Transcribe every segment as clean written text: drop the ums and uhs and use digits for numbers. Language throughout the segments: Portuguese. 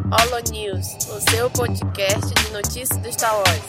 Holo News, o seu podcast de notícias do Star Wars.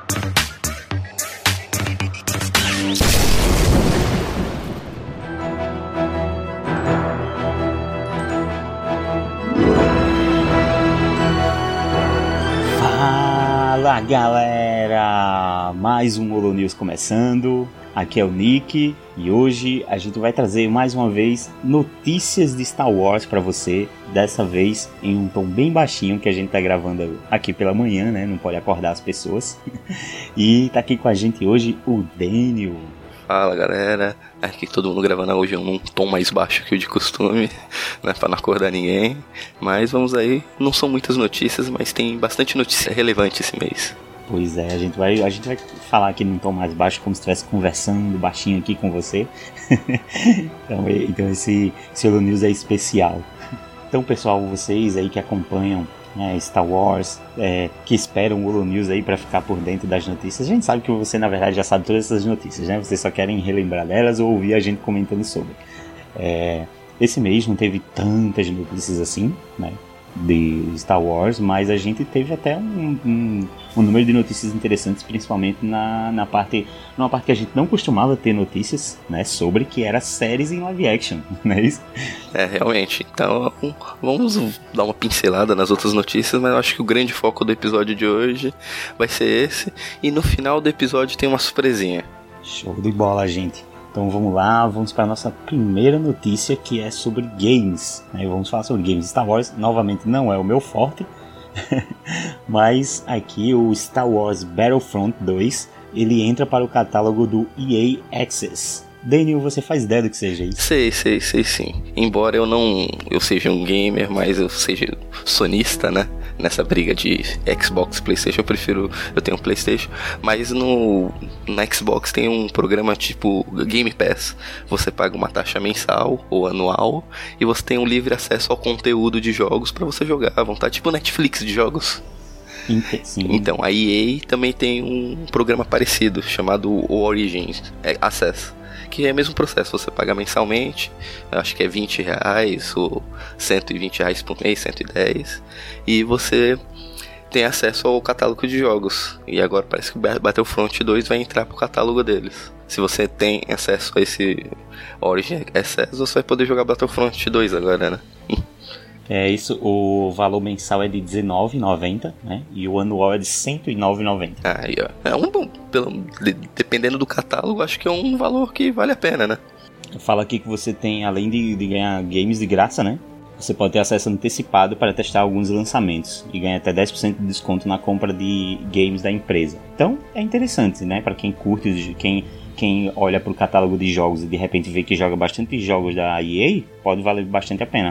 Fala galera, mais um Holo News começando. Aqui é o Nick e hoje a gente vai trazer mais uma vez notícias de Star Wars pra você. Dessa vez em um tom bem baixinho, que a gente tá gravando aqui pela manhã, né? Não pode acordar as pessoas. E tá aqui com a gente hoje o Daniel. Fala galera, aqui todo mundo gravando hoje num tom mais baixo que o de costume, né, pra não acordar ninguém. Mas vamos aí, não são muitas notícias, mas tem bastante notícia relevante esse mês. Pois é, a gente vai falar aqui num tom mais baixo, como se estivesse conversando baixinho aqui com você. então esse Holo News é especial. Então pessoal, vocês aí que acompanham Star Wars, que esperam o Holo News aí pra ficar por dentro das notícias, a gente sabe que você na verdade já sabe todas essas notícias, né? Vocês só querem relembrar delas ou ouvir a gente comentando sobre. Esse mês não teve tantas notícias assim, né, de Star Wars, mas a gente teve até um número de notícias interessantes, principalmente numa parte que a gente não costumava ter notícias, né, sobre, que era séries em live action, não é isso? Realmente. Então vamos dar uma pincelada nas outras notícias, mas eu acho que o grande foco do episódio de hoje vai ser esse, e no final do episódio tem uma surpresinha. Show de bola, gente. Então vamos lá, vamos para a nossa primeira notícia, que é sobre games. Vamos falar sobre games. Star Wars, novamente, não é o meu forte, mas aqui o Star Wars Battlefront 2, ele entra para o catálogo do EA Access. Daniel, você faz ideia do que seja isso? Sei sim. Embora eu seja um gamer, mas eu seja sonista, né? Nessa briga de Xbox, Playstation, eu tenho um Playstation, mas na Xbox tem um programa tipo Game Pass. Você paga uma taxa mensal ou anual e você tem um livre acesso ao conteúdo de jogos pra você jogar à vontade, tipo Netflix de jogos. Sim. Então a EA também tem um programa parecido chamado Origins Access, que é o mesmo processo, você paga mensalmente, acho que é R$20 ou R$120 por mês, 110, e você tem acesso ao catálogo de jogos. E agora parece que o Battlefront 2 vai entrar pro catálogo deles. Se você tem acesso a esse Origin Access, você vai poder jogar Battlefront 2 agora, né? Isso, o valor mensal é de R$19,90, né? E o anual é de R$109,90. Aí, ó. Dependendo do catálogo, acho que é um valor que vale a pena, né? Fala aqui que você tem, além de ganhar games de graça, né? Você pode ter acesso antecipado para testar alguns lançamentos e ganhar até 10% de desconto na compra de games da empresa. Então, é interessante, né? Para quem curte, quem olha para o catálogo de jogos e de repente vê que joga bastante jogos da EA, pode valer bastante a pena.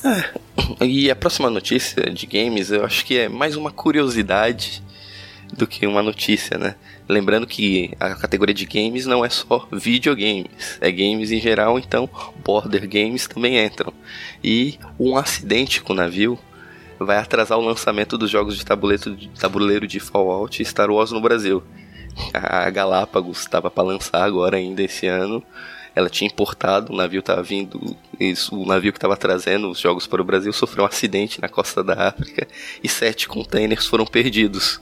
E a próxima notícia de games, eu acho que é mais uma curiosidade do que uma notícia, né? Lembrando que a categoria de games não é só videogames, é games em geral, então border games também entram. E um acidente com o navio vai atrasar o lançamento dos jogos de tabuleiro de Fallout e Star Wars no Brasil. A Galápagos estava para lançar agora ainda esse ano. Ela tinha importado, o navio estava vindo, o navio que estava trazendo os jogos para o Brasil sofreu um acidente na costa da África e 7 containers foram perdidos.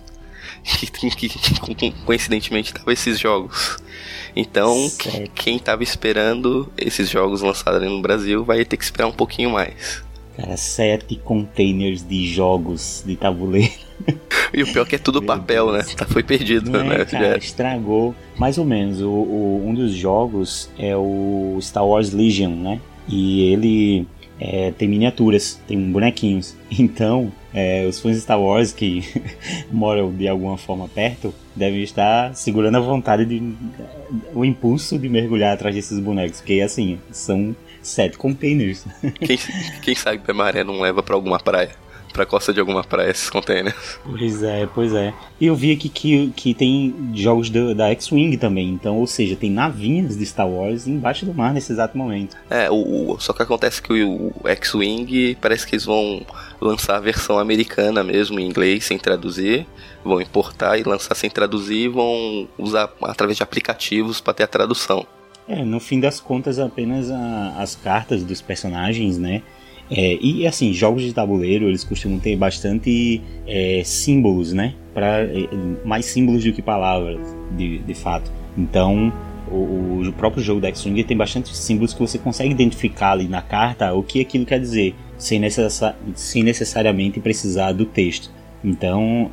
Que coincidentemente estavam esses jogos. Então, quem estava esperando esses jogos lançados no Brasil vai ter que esperar um pouquinho mais. Cara, 7 containers de jogos de tabuleiro. E o pior é que é tudo papel, Deus. Né? Foi perdido, né? Cara, estragou. Mais ou menos. Um dos jogos é o Star Wars Legion, né? E ele tem miniaturas, tem bonequinhos. Então, os fãs de Star Wars que moram de alguma forma perto devem estar segurando a vontade o impulso de mergulhar atrás desses bonecos. Porque, assim, são 7 containers. Quem sabe a maré não leva pra alguma praia? Pra costa de alguma praia esses containers. Pois é. E eu vi aqui que tem jogos da X-Wing também. Então, ou seja, tem navinhas de Star Wars embaixo do mar nesse exato momento. Só que acontece que o X-Wing parece que eles vão lançar a versão americana mesmo, em inglês, sem traduzir. Vão importar e lançar sem traduzir e vão usar através de aplicativos para ter a tradução. No fim das contas, apenas as cartas dos personagens, né? E assim, jogos de tabuleiro, eles costumam ter bastante símbolos, né? Mais símbolos do que palavras, de fato. Então, o próprio jogo da X-Wing tem bastante símbolos que você consegue identificar ali na carta o que aquilo quer dizer, sem necessariamente precisar do texto. Então,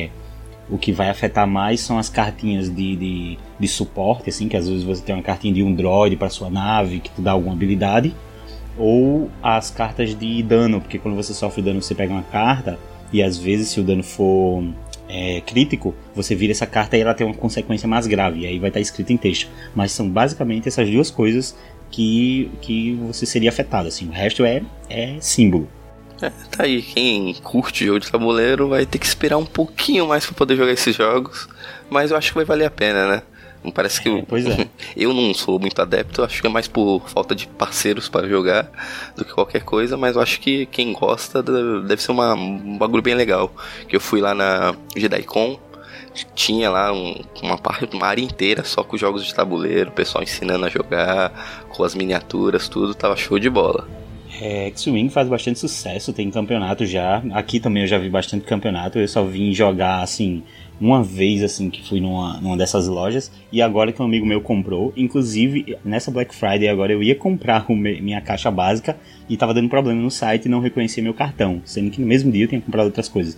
o que vai afetar mais são as cartinhas de suporte, assim, que às vezes você tem uma cartinha de um droid para sua nave que te dá alguma habilidade, ou as cartas de dano, porque quando você sofre dano você pega uma carta e às vezes se o dano for crítico, você vira essa carta e ela tem uma consequência mais grave, e aí vai estar escrito em texto. Mas são basicamente essas duas coisas que você seria afetado, assim. O resto é símbolo. Tá aí, quem curte jogo de tabuleiro vai ter que esperar um pouquinho mais pra poder jogar esses jogos, mas eu acho que vai valer a pena, né? Não parece que eu não sou muito adepto, acho que é mais por falta de parceiros para jogar do que qualquer coisa, mas eu acho que quem gosta deve ser um bagulho bem legal. Que eu fui lá na JediCon, tinha lá uma área inteira só com jogos de tabuleiro, o pessoal ensinando a jogar, com as miniaturas, tudo, tava show de bola. X-Wing faz bastante sucesso, tem campeonato já. Aqui também eu já vi bastante campeonato. Eu só vim jogar assim uma vez, assim, que fui numa dessas lojas. E agora que um amigo meu comprou, inclusive nessa Black Friday agora eu ia comprar minha caixa básica e tava dando problema no site e não reconhecia meu cartão, sendo que no mesmo dia eu tinha comprado outras coisas.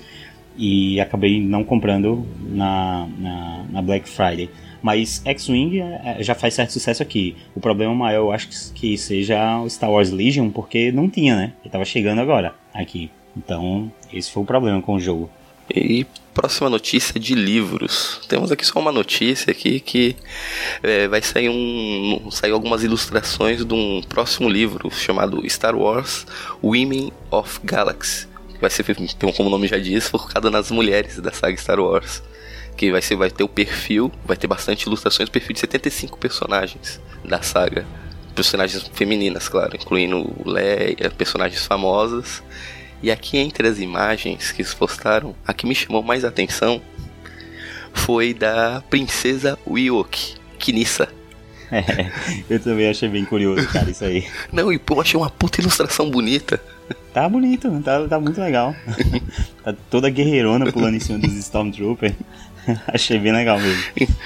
E acabei não comprando na Black Friday. Mas X-Wing já faz certo sucesso aqui. O problema maior eu acho que seja o Star Wars Legion, porque não tinha, né? Ele tava chegando agora aqui. Então esse foi o problema com o jogo. E próxima notícia de livros. Temos aqui só uma notícia aqui que vai sair algumas ilustrações de um próximo livro chamado Star Wars Women of Galaxy. Vai ser, como o nome já diz, focado nas mulheres da saga Star Wars. Que vai ter o perfil, vai ter bastante ilustrações, perfil de 75 personagens da saga. Personagens femininas, claro, incluindo Leia, personagens famosas. E aqui entre as imagens que eles postaram, a que me chamou mais atenção foi da princesa Wookiee, Kinissa. Eu também achei bem curioso, cara, isso aí. Não, e eu achei uma puta ilustração bonita. Tá bonito, tá muito legal. Tá toda guerreirona pulando em cima dos Stormtroopers. Achei bem legal mesmo.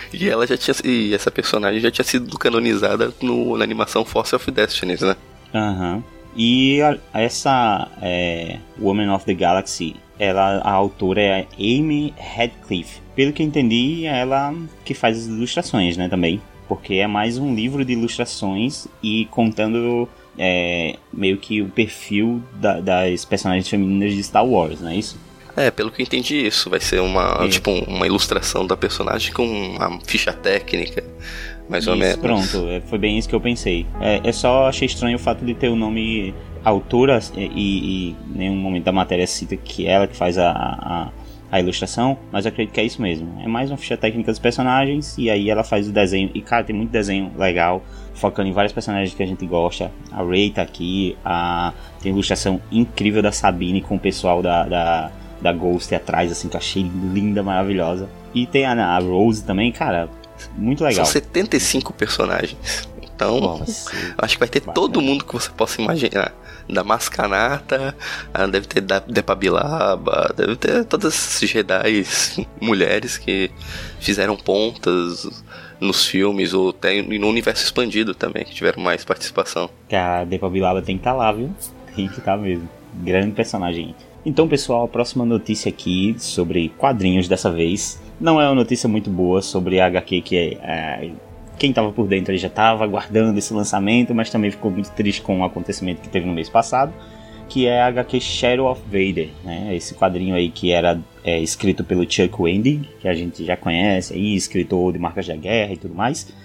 E essa personagem já tinha sido canonizada na animação Force of Destiny, né? Aham. E essa Woman of the Galaxy, a autora é Amy Radcliffe. Pelo que eu entendi, é ela que faz as ilustrações, né, também. Porque é mais um livro de ilustrações e contando meio que o perfil das personagens femininas de Star Wars, não é isso? Pelo que eu entendi, isso vai ser uma ilustração da personagem com uma ficha técnica, mais ou menos. Pronto, foi bem isso que eu pensei. Só achei estranho o fato de ter o nome autora e em nenhum momento da matéria cita que ela que faz a ilustração, mas eu acredito que é isso mesmo. É mais uma ficha técnica dos personagens e aí ela faz o desenho. E cara, tem muito desenho legal, focando em vários personagens que a gente gosta. A Rey tá aqui, tem a ilustração incrível da Sabine com o pessoal da Ghost atrás, assim, que eu achei linda, maravilhosa. E tem a Rose também, cara, muito legal. São 75 personagens. Então, acho que vai ter todo mundo que você possa imaginar. Da Mascanata, deve ter da Depabilaba, deve ter todas essas Jedi mulheres que fizeram pontas nos filmes ou até no universo expandido também, que tiveram mais participação. Que a Depabilaba tem que estar lá, viu? Tem que estar mesmo. Grande personagem. Então, pessoal, a próxima notícia aqui sobre quadrinhos dessa vez. Não é uma notícia muito boa sobre a HQ que quem estava por dentro aí já estava aguardando esse lançamento, mas também ficou muito triste com o acontecimento que teve no mês passado, que é a HQ Shadow of Vader, né? Esse quadrinho aí que era escrito pelo Chuck Wendig, que a gente já conhece, aí, escritor de Marcas da Guerra e tudo mais.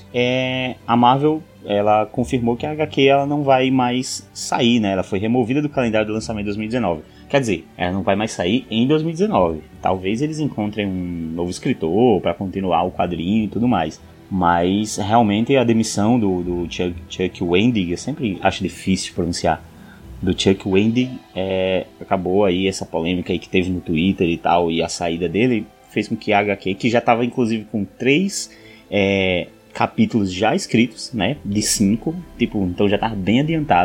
A Marvel, ela confirmou que a HQ ela não vai mais sair, né? Ela foi removida do calendário do lançamento de 2019. Quer dizer, ela não vai mais sair em 2019. Talvez eles encontrem um novo escritor para continuar o quadrinho e tudo mais. Mas realmente a demissão do Chuck Wendig, eu sempre acho difícil pronunciar, do Chuck Wendig, acabou aí essa polêmica aí que teve no Twitter e tal, e a saída dele fez com que a HQ, que já estava inclusive com 3 capítulos já escritos, né, de 5, tipo, então já estava bem adiantado,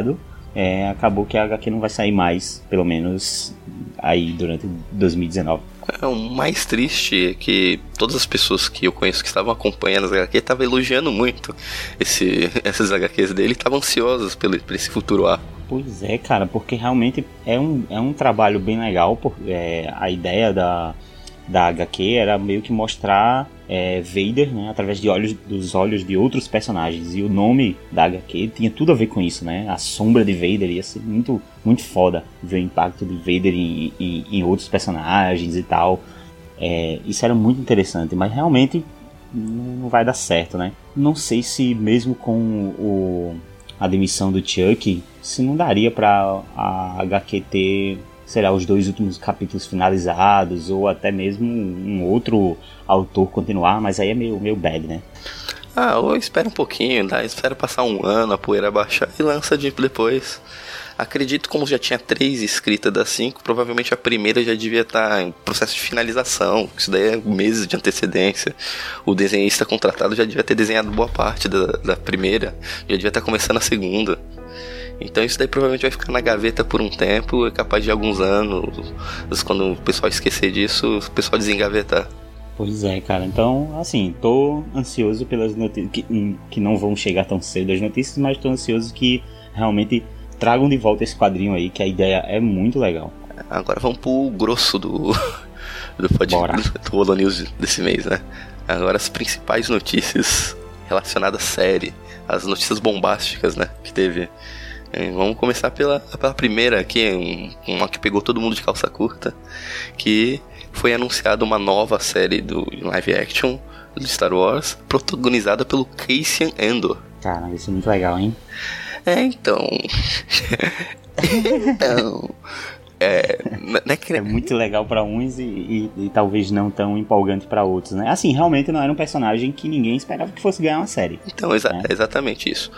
acabou que a HQ não vai sair mais, pelo menos aí durante 2019. O mais triste é que todas as pessoas que eu conheço que estavam acompanhando as HQ estavam elogiando muito essas HQs dele e estavam ansiosas por esse futuro arco. Pois é, cara, porque realmente é um trabalho bem legal. A ideia da HQ era meio que mostrar Vader, né, através dos olhos de outros personagens. E o nome da HQ tinha tudo a ver com isso, né? A sombra de Vader ia ser muito, muito foda ver o impacto de Vader em outros personagens e tal. Isso era muito interessante, mas realmente não vai dar certo, né? Não sei se mesmo com a demissão do Chuck, se não daria pra a HQ ter, sei lá, os 2 últimos capítulos finalizados, ou até mesmo um outro autor continuar, mas aí é meio bad, né? Ou espera um pouquinho, espera passar um ano, a poeira baixar e lança depois. Acredito, como já tinha 3 escritas das 5, provavelmente a primeira já devia estar em processo de finalização. Isso daí é meses de antecedência. O desenhista contratado já devia ter desenhado boa parte da primeira, já devia estar começando a segunda. Então isso daí provavelmente vai ficar na gaveta por um tempo, é capaz de alguns anos, quando o pessoal esquecer disso, o pessoal desengavetar. Pois é, cara. Então, assim, tô ansioso pelas notícias, que não vão chegar tão cedo as notícias, mas tô ansioso que realmente tragam de volta esse quadrinho aí, que a ideia é muito legal. Agora vamos pro grosso do Holo News desse mês, né? Agora as principais notícias relacionadas à série, as notícias bombásticas, né, que teve. Vamos começar pela primeira aqui, uma que pegou todo mundo de calça curta, que foi anunciada uma nova série do live action do Star Wars, protagonizada pelo Cassian Andor. Cara, isso é muito legal, hein? Então... É muito legal pra uns e talvez não tão empolgante pra outros, né? Assim, realmente não era um personagem que ninguém esperava que fosse ganhar uma série. Então, exatamente isso.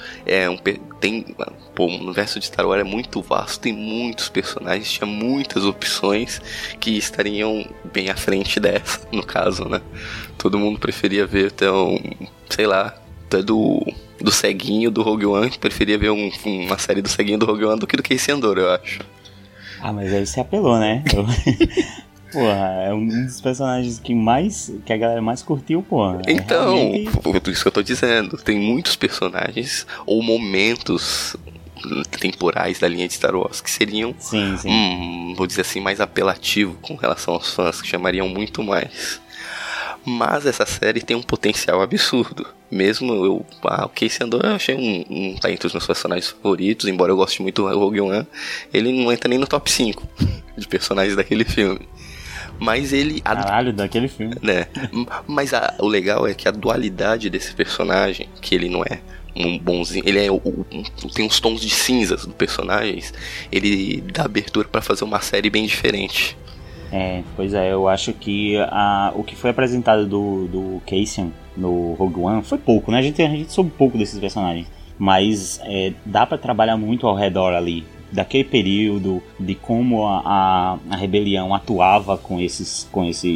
O universo de Star Wars é muito vasto, tem muitos personagens, tinha muitas opções que estariam bem à frente dessa, no caso, né? Todo mundo preferia ver, então, sei lá, até do ceguinho do Rogue One, preferia ver uma série do ceguinho do Rogue One do que do Cassian Andor, eu acho. Mas aí você apelou, né? Porra, é um dos personagens que a galera mais curtiu, porra. Então, realmente... por isso que eu tô dizendo, tem muitos personagens ou momentos temporais da linha de Star Wars que seriam, vou dizer assim, mais apelativo com relação aos fãs, que chamariam muito mais. Mas essa série tem um potencial absurdo. Mesmo o Cassian Andor eu achei tá entre os meus personagens favoritos, embora eu goste muito do Rogue One, ele não entra nem no top 5 de personagens daquele filme. Mas ele... Caralho, daquele filme. Né? Mas o legal é que a dualidade desse personagem, que ele não é um bonzinho, ele tem uns tons de cinzas do personagem, ele dá abertura pra fazer uma série bem diferente. Pois é, eu acho que o que foi apresentado do Cassian no Rogue One foi pouco, né? A gente soube pouco desses personagens, mas dá pra trabalhar muito ao redor ali, daquele período, de como a rebelião atuava com esses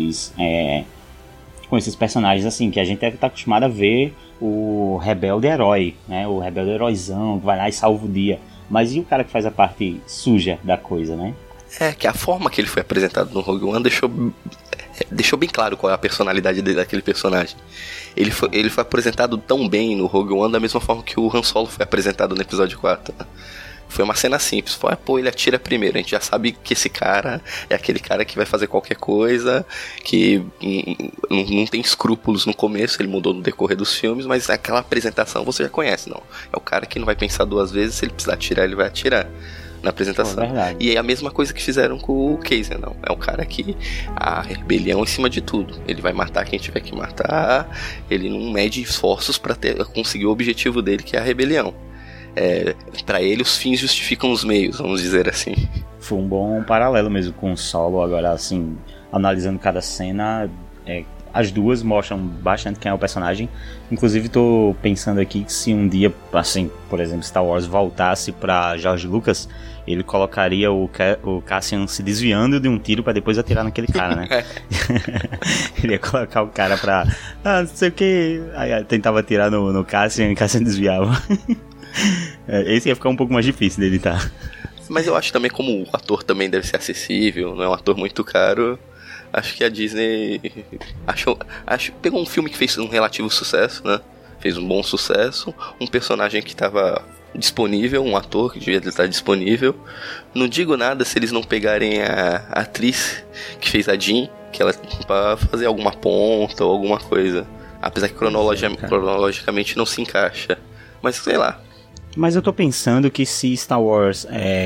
personagens, assim, que a gente tá acostumado a ver o rebelde herói, né? O rebelde heróizão que vai lá e salva o dia, mas e o cara que faz a parte suja da coisa, né? Que a forma que ele foi apresentado no Rogue One deixou bem claro qual é a personalidade daquele personagem. Ele foi apresentado tão bem no Rogue One da mesma forma que o Han Solo foi apresentado no episódio 4. Foi uma cena simples. Ele atira primeiro. A gente já sabe que esse cara é aquele cara que vai fazer qualquer coisa, que não tem escrúpulos no começo, ele mudou no decorrer dos filmes, mas aquela apresentação você já conhece, não. É o cara que não vai pensar 2 vezes, se ele precisar atirar, ele vai atirar na apresentação. E é a mesma coisa que fizeram com o Cassian, não. É o cara que a rebelião em cima de tudo. Ele vai matar quem tiver que matar, ele não mede esforços pra conseguir o objetivo dele, que é a rebelião. Pra ele os fins justificam os meios, vamos dizer assim. Foi um bom paralelo mesmo com o Solo. Agora, assim, analisando cada cena, as duas mostram bastante quem é o personagem. Inclusive tô pensando aqui que se um dia, assim, por exemplo, Star Wars voltasse pra George Lucas, ele colocaria o Cassian se desviando de um tiro pra depois atirar naquele cara, né? Ele ia colocar o cara pra... não sei o que... Aí tentava atirar no Cassian e o Cassian desviava. Esse ia ficar um pouco mais difícil de editar. Mas eu acho também, como o ator também deve ser acessível, não é um ator muito caro, acho que a Disney pegou um filme que fez um relativo sucesso, né? Fez um bom sucesso, um personagem que estava disponível, um ator que devia estar disponível. Não digo nada se eles não pegarem a atriz que fez a Jean, que ela pra fazer alguma ponta ou alguma coisa. Apesar que cronologicamente não se encaixa. Mas sei lá. Mas eu tô pensando que se Star Wars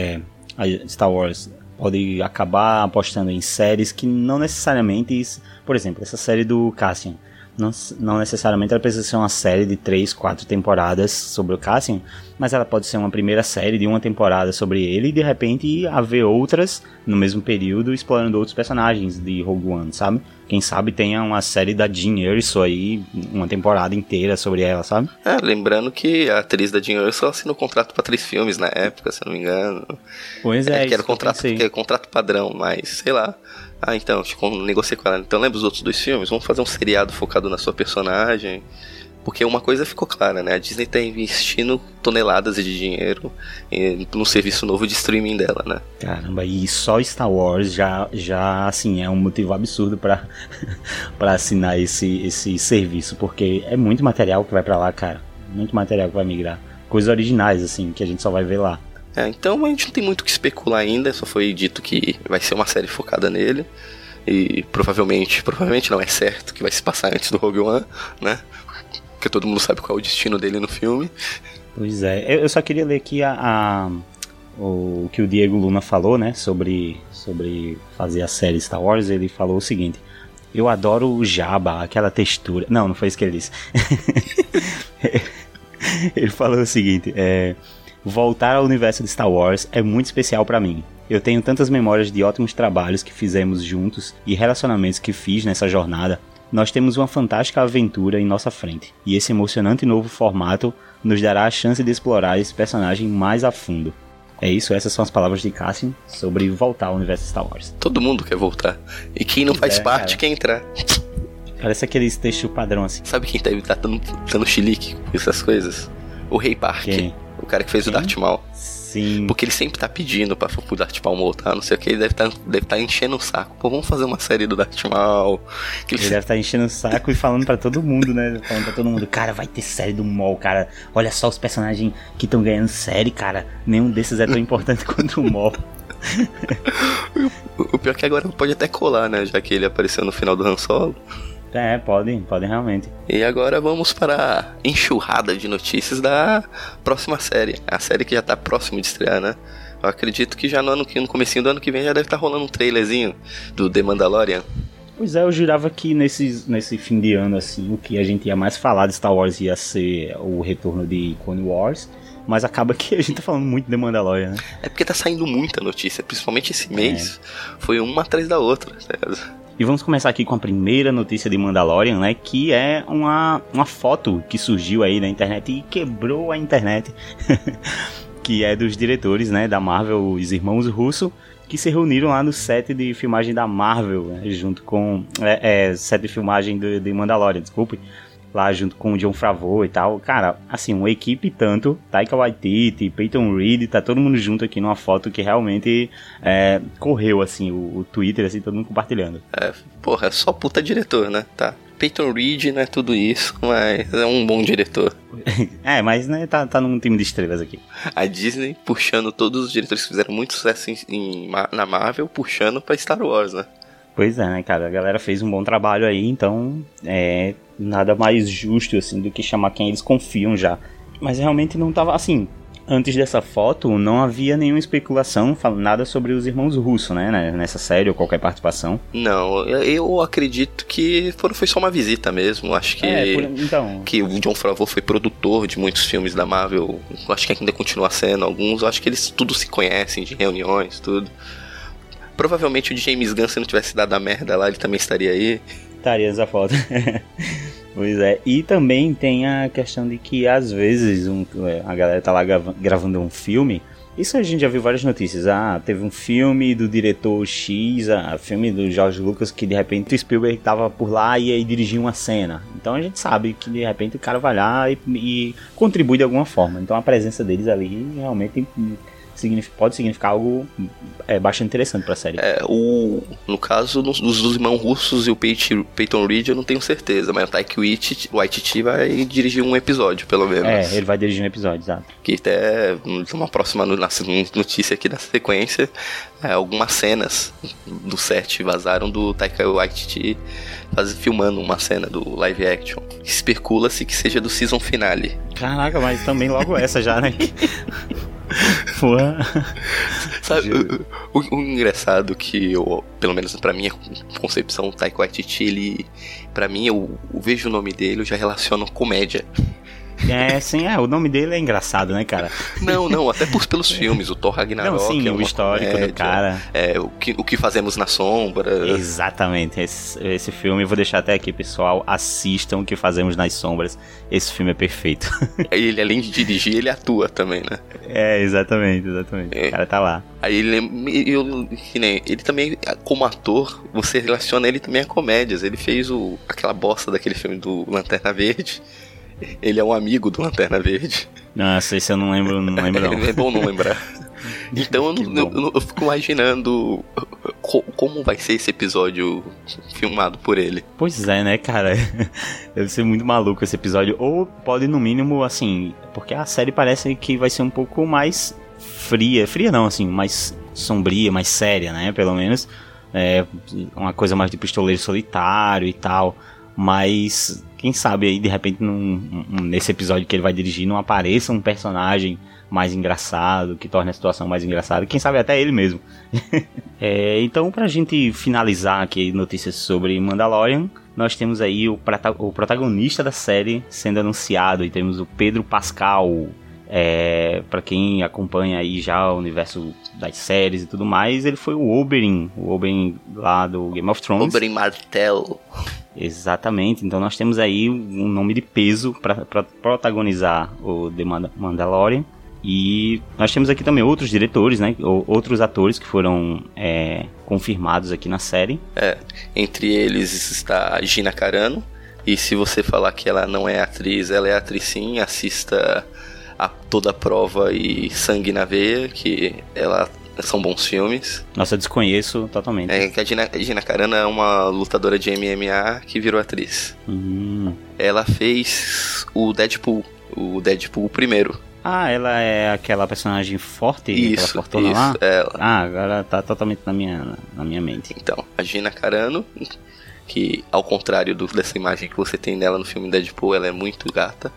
pode acabar apostando em séries que não necessariamente... Por exemplo, essa série do Cassian. Não necessariamente ela precisa ser uma série de 3, 4 temporadas sobre o Cassian, mas ela pode ser uma primeira série de uma temporada sobre ele e de repente haver outras no mesmo período explorando outros personagens de Rogue One, sabe? Quem sabe tenha uma série da Jean Erso aí, uma temporada inteira sobre ela, sabe? Lembrando que a atriz da Jean Erso assinou contrato pra 3 filmes na época, se eu não me engano. Pois é, que era contrato padrão, mas sei lá. Então, negociei com ela. Então lembra os outros 2 filmes? Vamos fazer um seriado focado na sua personagem. Porque uma coisa ficou clara, né? A Disney tá investindo toneladas de dinheiro num serviço novo de streaming dela, né? Caramba, e só Star Wars já assim, é um motivo absurdo pra assinar esse serviço. Porque é muito material que vai pra lá, cara. Muito material que vai migrar. Coisas originais, assim, que a gente só vai ver lá. Então a gente não tem muito o que especular ainda, só foi dito que vai ser uma série focada nele. E provavelmente não, é certo que vai se passar antes do Rogue One, né? Porque todo mundo sabe qual é o destino dele no filme. Pois é, eu só queria ler aqui o que o Diego Luna falou, né? Sobre fazer a série Star Wars. Ele falou o seguinte: eu adoro o Jabba, aquela textura. Não foi isso que ele disse. Ele falou o seguinte: voltar ao universo de Star Wars é muito especial pra mim. Eu tenho tantas memórias de ótimos trabalhos que fizemos juntos e relacionamentos que fiz nessa jornada. Nós temos uma fantástica aventura em nossa frente, e esse emocionante novo formato nos dará a chance de explorar esse personagem mais a fundo. É isso, essas são as palavras de Cassian sobre voltar ao universo de Star Wars. Todo mundo quer voltar, e quem não faz parte quer entrar. Parece aqueles textos padrão assim. Sabe quem tá dando chilique com essas coisas? O Ray Park. Quem? O cara que fez o Darth Maul. Sim. Porque ele sempre tá pedindo pro Darth Maul voltar, não sei o que. Ele deve tá enchendo o saco. Pô, vamos fazer uma série do Darth Maul. Ele deve estar enchendo o saco e falando pra todo mundo, né? Falando pra todo mundo: cara, vai ter série do Maul, cara. Olha só os personagens que estão ganhando série, cara. Nenhum desses é tão importante quanto o Maul. O pior é que agora pode até colar, né? Já que ele apareceu no final do Han Solo. Podem realmente. E agora vamos para a enxurrada de notícias da próxima série. A série que já tá próximo de estrear, né? Eu acredito que já no comecinho do ano que vem já deve estar rolando um trailerzinho do The Mandalorian. Pois é, eu jurava que nesse fim de ano, assim, o que a gente ia mais falar de Star Wars ia ser o retorno de Clone Wars. Mas acaba que a gente tá falando muito de Mandalorian, né? É porque tá saindo muita notícia, principalmente esse mês. Foi uma atrás da outra, tá? E vamos começar aqui com a primeira notícia de Mandalorian, né? Que é uma foto que surgiu aí na internet e quebrou a internet. Que é dos diretores, né, da Marvel, os irmãos Russo, que se reuniram lá no set de filmagem da Marvel, né, junto com... set de filmagem de Mandalorian, desculpe. Lá junto com o Jon Favreau e tal. Cara, assim, uma equipe tanto, Taika Waititi, Peyton Reed, tá todo mundo junto aqui numa foto que realmente correu, assim, o Twitter, assim, todo mundo compartilhando. Porra, é só puta diretor, né? Tá. Peyton Reed não é tudo isso, mas é um bom diretor. Mas né, tá num time de estrelas aqui. A Disney puxando todos os diretores que fizeram muito sucesso na Marvel, puxando pra Star Wars, né? Pois é, né, cara? A galera fez um bom trabalho aí, então nada mais justo, assim, do que chamar quem eles confiam já. Mas realmente não tava, assim, antes dessa foto, não havia nenhuma especulação, nada sobre os irmãos Russo, né, nessa série ou qualquer participação. Não, eu acredito que foi só uma visita mesmo, acho que que o Jon Favreau foi produtor de muitos filmes da Marvel, acho que ainda continua sendo alguns, acho que eles tudo se conhecem, de reuniões, tudo. Provavelmente o James Gunn, se não tivesse dado a merda lá, ele também estaria aí. Estaria nessa foto. Pois é. E também tem a questão de que às vezes a galera tá lá gravando um filme Isso a gente já viu várias notícias. Teve um filme do diretor X, filme do George Lucas, que de repente o Spielberg tava por lá e aí dirigiu uma cena. Então a gente sabe que de repente o cara vai lá e contribui de alguma forma. Então a presença deles ali realmente pode significar algo bastante interessante pra série. No caso dos irmãos russos e o Peyton Reed, eu não tenho certeza, mas o Taika Waititi vai dirigir um episódio, pelo menos. Ele vai dirigir um episódio, exato. Que até uma próxima notícia aqui na sequência, algumas cenas do set vazaram do Taika Waititi filmando uma cena do live action. Especula-se que seja do season finale. Caraca, mas também logo essa já, né? Sabe, o engraçado que pelo menos pra minha concepção, o Taika Waititi, ele, pra mim, eu vejo o nome dele, eu já relaciono comédia. Sim, o nome dele é engraçado, né, cara? Não, até pelos filmes, o Thor Ragnarok. Não, sim, o histórico comédia, do cara. O que fazemos na sombra. Exatamente, esse filme, eu vou deixar até aqui, pessoal, assistam O que Fazemos nas Sombras, esse filme é perfeito. Ele, além de dirigir, ele atua também, né? Exatamente, o cara tá lá. Aí ele também, como ator, você relaciona ele também a comédias. Ele fez aquela bosta daquele filme do Lanterna Verde. Ele é um amigo do Lanterna Verde. Nossa, esse eu não lembro não. É bom não lembrar. Então eu fico imaginando como vai ser esse episódio filmado por ele. Pois é, né, cara? Deve ser muito maluco esse episódio. Ou pode, no mínimo, assim... Porque a série parece que vai ser um pouco mais fria. Fria não, assim, mais sombria, mais séria, né? Pelo menos. Uma coisa mais de pistoleiro solitário e tal. Mas... Quem sabe aí, de repente, nesse episódio que ele vai dirigir, não apareça um personagem mais engraçado, que torne a situação mais engraçada. Quem sabe até ele mesmo. Então, pra gente finalizar aqui notícias sobre Mandalorian, nós temos aí o protagonista da série sendo anunciado. E temos o Pedro Pascal. Pra quem acompanha aí já o universo das séries e tudo mais, ele foi o Oberyn lá do Game of Thrones. Oberyn Martell. Exatamente, então nós temos aí um nome de peso para protagonizar o The Mandalorian. E nós temos aqui também outros diretores, né? Outros atores que foram confirmados aqui na série. Entre eles está a Gina Carano. E se você falar que ela não é atriz, ela é atriz sim. Assista a Toda a Prova e Sangue na Veia, que são bons filmes. Nossa, eu desconheço totalmente. Que a Gina Carano é uma lutadora de MMA que virou atriz. Ela fez o Deadpool primeiro. Ela é aquela personagem forte? Isso, aquela fortuna lá? Ela. Agora tá totalmente na minha mente. Então, a Gina Carano, que ao contrário dessa imagem que você tem dela no filme Deadpool, ela é muito gata.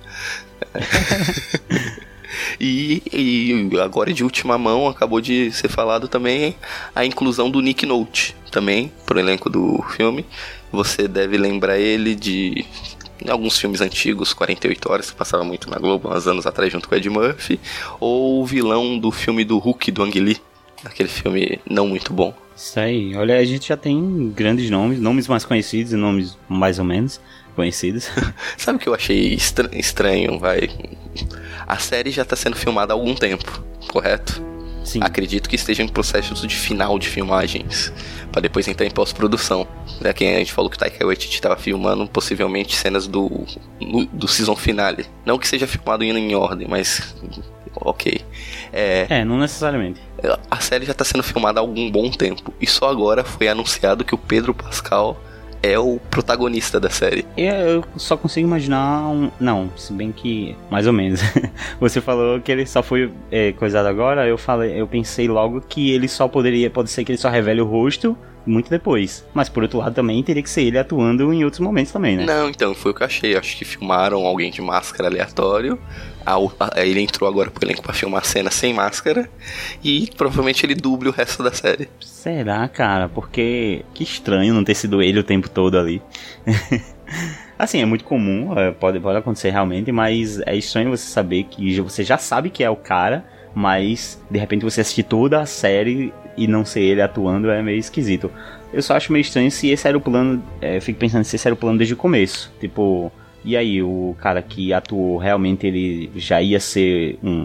E agora, de última mão, acabou de ser falado também a inclusão do Nick Nolte também pro elenco do filme. Você deve lembrar ele de alguns filmes antigos, 48 Horas, que passava muito na Globo há uns anos atrás junto com o Ed Murphy, ou o vilão do filme do Hulk, do Ang Lee, aquele filme não muito bom. Isso aí, olha, a gente já tem grandes nomes mais conhecidos e nomes mais ou menos conhecidos. Sabe o que eu achei estranho, vai? A série já está sendo filmada há algum tempo, correto? Sim. Acredito que esteja em processo de final de filmagens, para depois entrar em pós-produção. Que a gente falou que o Taika Waititi estava filmando possivelmente cenas do season finale. Não que seja filmado em ordem, mas ok. Não necessariamente. A série já está sendo filmada há algum bom tempo, e só agora foi anunciado que o Pedro Pascal é o protagonista da série. Eu só consigo imaginar Não, se bem que... Mais ou menos. Você falou que ele só foi coisado agora. Eu pensei logo que ele só pode ser que ele só revele o rosto muito depois. Mas por outro lado também teria que ser ele atuando em outros momentos também, né? Não, então, foi o que eu achei. Acho que filmaram alguém de máscara aleatório. Ele entrou agora pro elenco pra filmar a cena sem máscara. E provavelmente ele duble o resto da série. Será, cara? Porque que estranho não ter sido ele o tempo todo ali. Assim, é muito comum, pode acontecer realmente, mas é estranho você saber que você já sabe que é o cara, mas de repente você assistir toda a série e não ser ele atuando é meio esquisito. Eu só acho meio estranho se esse era o plano, fico pensando se esse era o plano desde o começo, tipo... E aí, o cara que atuou, realmente ele já ia ser um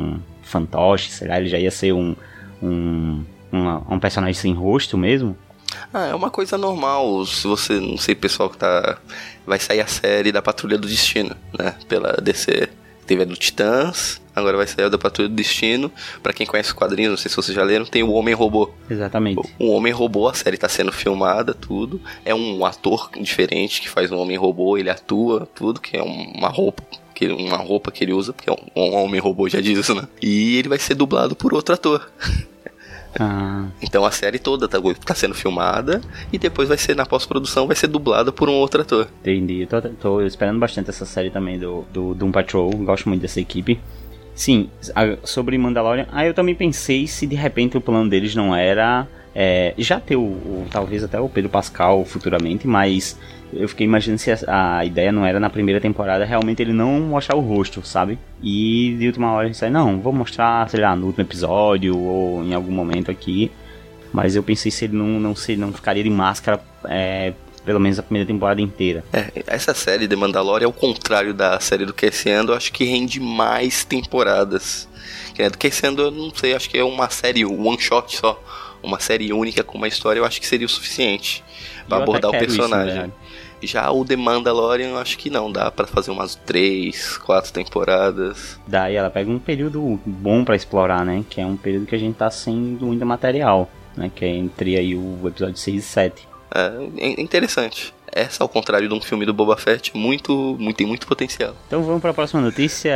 fantoche, sei lá, ele já ia ser um personagem sem rosto mesmo? É uma coisa normal. Se você, não sei, pessoal que vai sair a série da Patrulha do Destino, né, pela DC. Teve a do Titãs, agora vai sair a da Patrulha do Destino. Pra quem conhece o quadrinho, não sei se vocês já leram, tem o Homem-Robô. Exatamente. O Homem-Robô, a série tá sendo filmada, tudo. É um ator diferente que faz um Homem-Robô, ele atua, tudo, que é uma roupa que ele usa, porque um Homem-Robô já diz isso, né? E ele vai ser dublado por outro ator. Então a série toda tá sendo filmada e depois vai ser, na pós-produção, vai ser dublada por um outro ator. Entendi, tô esperando bastante essa série também do Doom Patrol, gosto muito dessa equipe. Sim, sobre Mandalorian, eu também pensei se de repente o plano deles não era já ter talvez até o Pedro Pascal futuramente, mas eu fiquei imaginando se a ideia não era na primeira temporada realmente ele não mostrar o rosto, sabe? E de última hora ele disse, não, vou mostrar, sei lá, no último episódio ou em algum momento aqui. Mas eu pensei se ele não ficaria de máscara, pelo menos a primeira temporada inteira. Essa série de Mandalorian é o contrário da série do Cassian Andor, eu acho que rende mais temporadas. Do Cassian Andor, eu não sei, acho que é uma série one shot só. Uma série única com uma história, eu acho que seria o suficiente pra abordar o personagem. Isso, já o The Mandalorian, eu acho que não, dá pra fazer umas 3, 4 temporadas. Daí ela pega um período bom pra explorar, né? Que é um período que a gente tá sem muito material, né? Que é entre aí o episódio 6 e 7. É interessante. Essa, ao contrário de um filme do Boba Fett, tem muito potencial. Então vamos pra próxima notícia.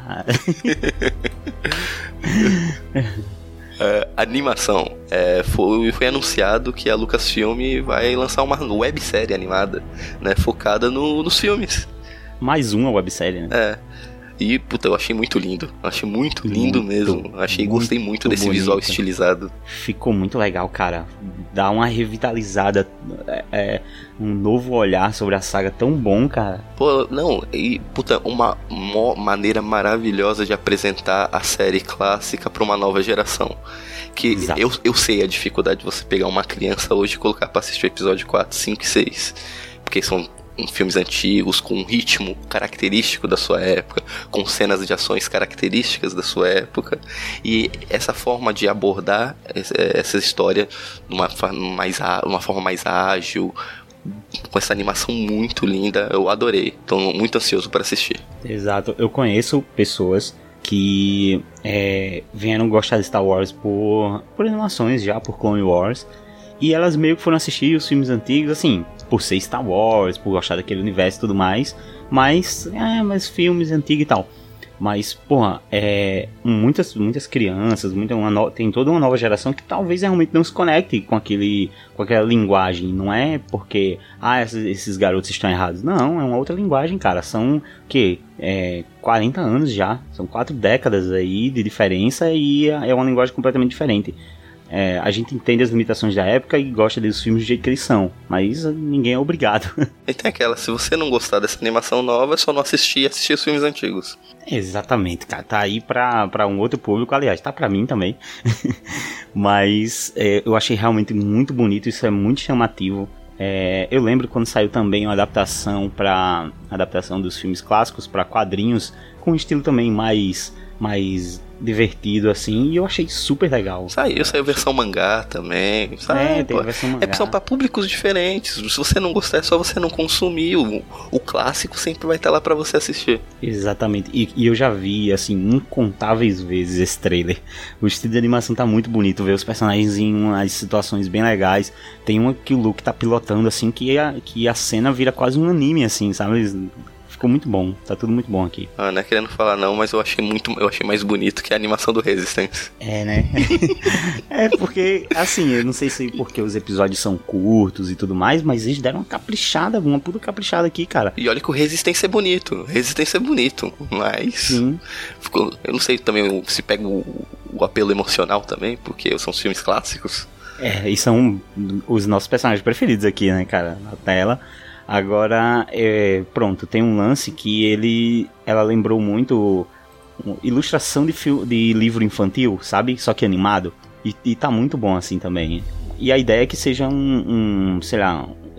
Animação. Foi anunciado que a Lucasfilm vai lançar uma websérie animada, né, focada nos filmes. Mais uma websérie, né? E, puta, eu achei muito lindo. Achei muito lindo mesmo. Gostei muito desse bonito. Visual estilizado. Ficou muito legal, cara. Dá uma revitalizada, um novo olhar sobre a saga tão bom, cara. Pô, não, e, puta, uma maneira maravilhosa de apresentar a série clássica pra uma nova geração. Que eu sei a dificuldade de você pegar uma criança hoje e colocar pra assistir o episódio 4, 5 e 6. Porque são filmes antigos, com um ritmo característico da sua época, com cenas de ações características da sua época, e essa forma de abordar essa história de uma forma mais ágil, com essa animação muito linda, eu adorei. Tô muito ansioso para assistir. Exato, eu conheço pessoas que vieram gostar de Star Wars por animações já, por Clone Wars, e elas meio que foram assistir os filmes antigos, assim, por ser Star Wars, por gostar daquele universo e tudo mais, mas filmes antigos e tal. Mas, porra, muitas crianças, tem toda uma nova geração que talvez realmente não se conecte com aquela linguagem. Não é porque, esses garotos estão errados. Não, é uma outra linguagem, cara. São, 40 anos já. São 4 décadas aí de diferença e é uma linguagem completamente diferente. A gente entende as limitações da época e gosta dos filmes do jeito que eles são, mas ninguém é obrigado. E tem aquela, se você não gostar dessa animação nova, é só não assistir os filmes antigos. Exatamente, cara, tá aí pra um outro público, aliás, tá pra mim também. Mas eu achei realmente muito bonito, isso é muito chamativo. Eu lembro quando saiu também uma adaptação dos filmes clássicos para quadrinhos, com um estilo também mais divertido assim, e eu achei super legal. Saiu versão mangá também. Tem versão mangá. São pra públicos diferentes. Se você não gostar, é só você não consumir. O clássico sempre vai estar lá pra você assistir. Exatamente. E eu já vi, assim, incontáveis vezes esse trailer. O estilo de animação tá muito bonito. Ver os personagens em umas situações bem legais. Tem uma que o Luke tá pilotando, assim, que a cena vira quase um anime, assim, sabe? Ficou muito bom, tá tudo muito bom aqui. Não é querendo falar não, mas eu achei mais bonito que a animação do Resistance. Né? Porque, assim, eu não sei se porque os episódios são curtos e tudo mais, mas eles deram uma puta caprichada aqui, cara. E olha que o Resistance é bonito, mas... Sim. Eu não sei também se pega o apelo emocional também, porque são os filmes clássicos. E são os nossos personagens preferidos aqui, né, cara, na tela. Agora, pronto, tem um lance que ela lembrou muito ilustração de livro infantil, sabe? Só que animado. E tá muito bom assim também. E a ideia é que seja sei lá,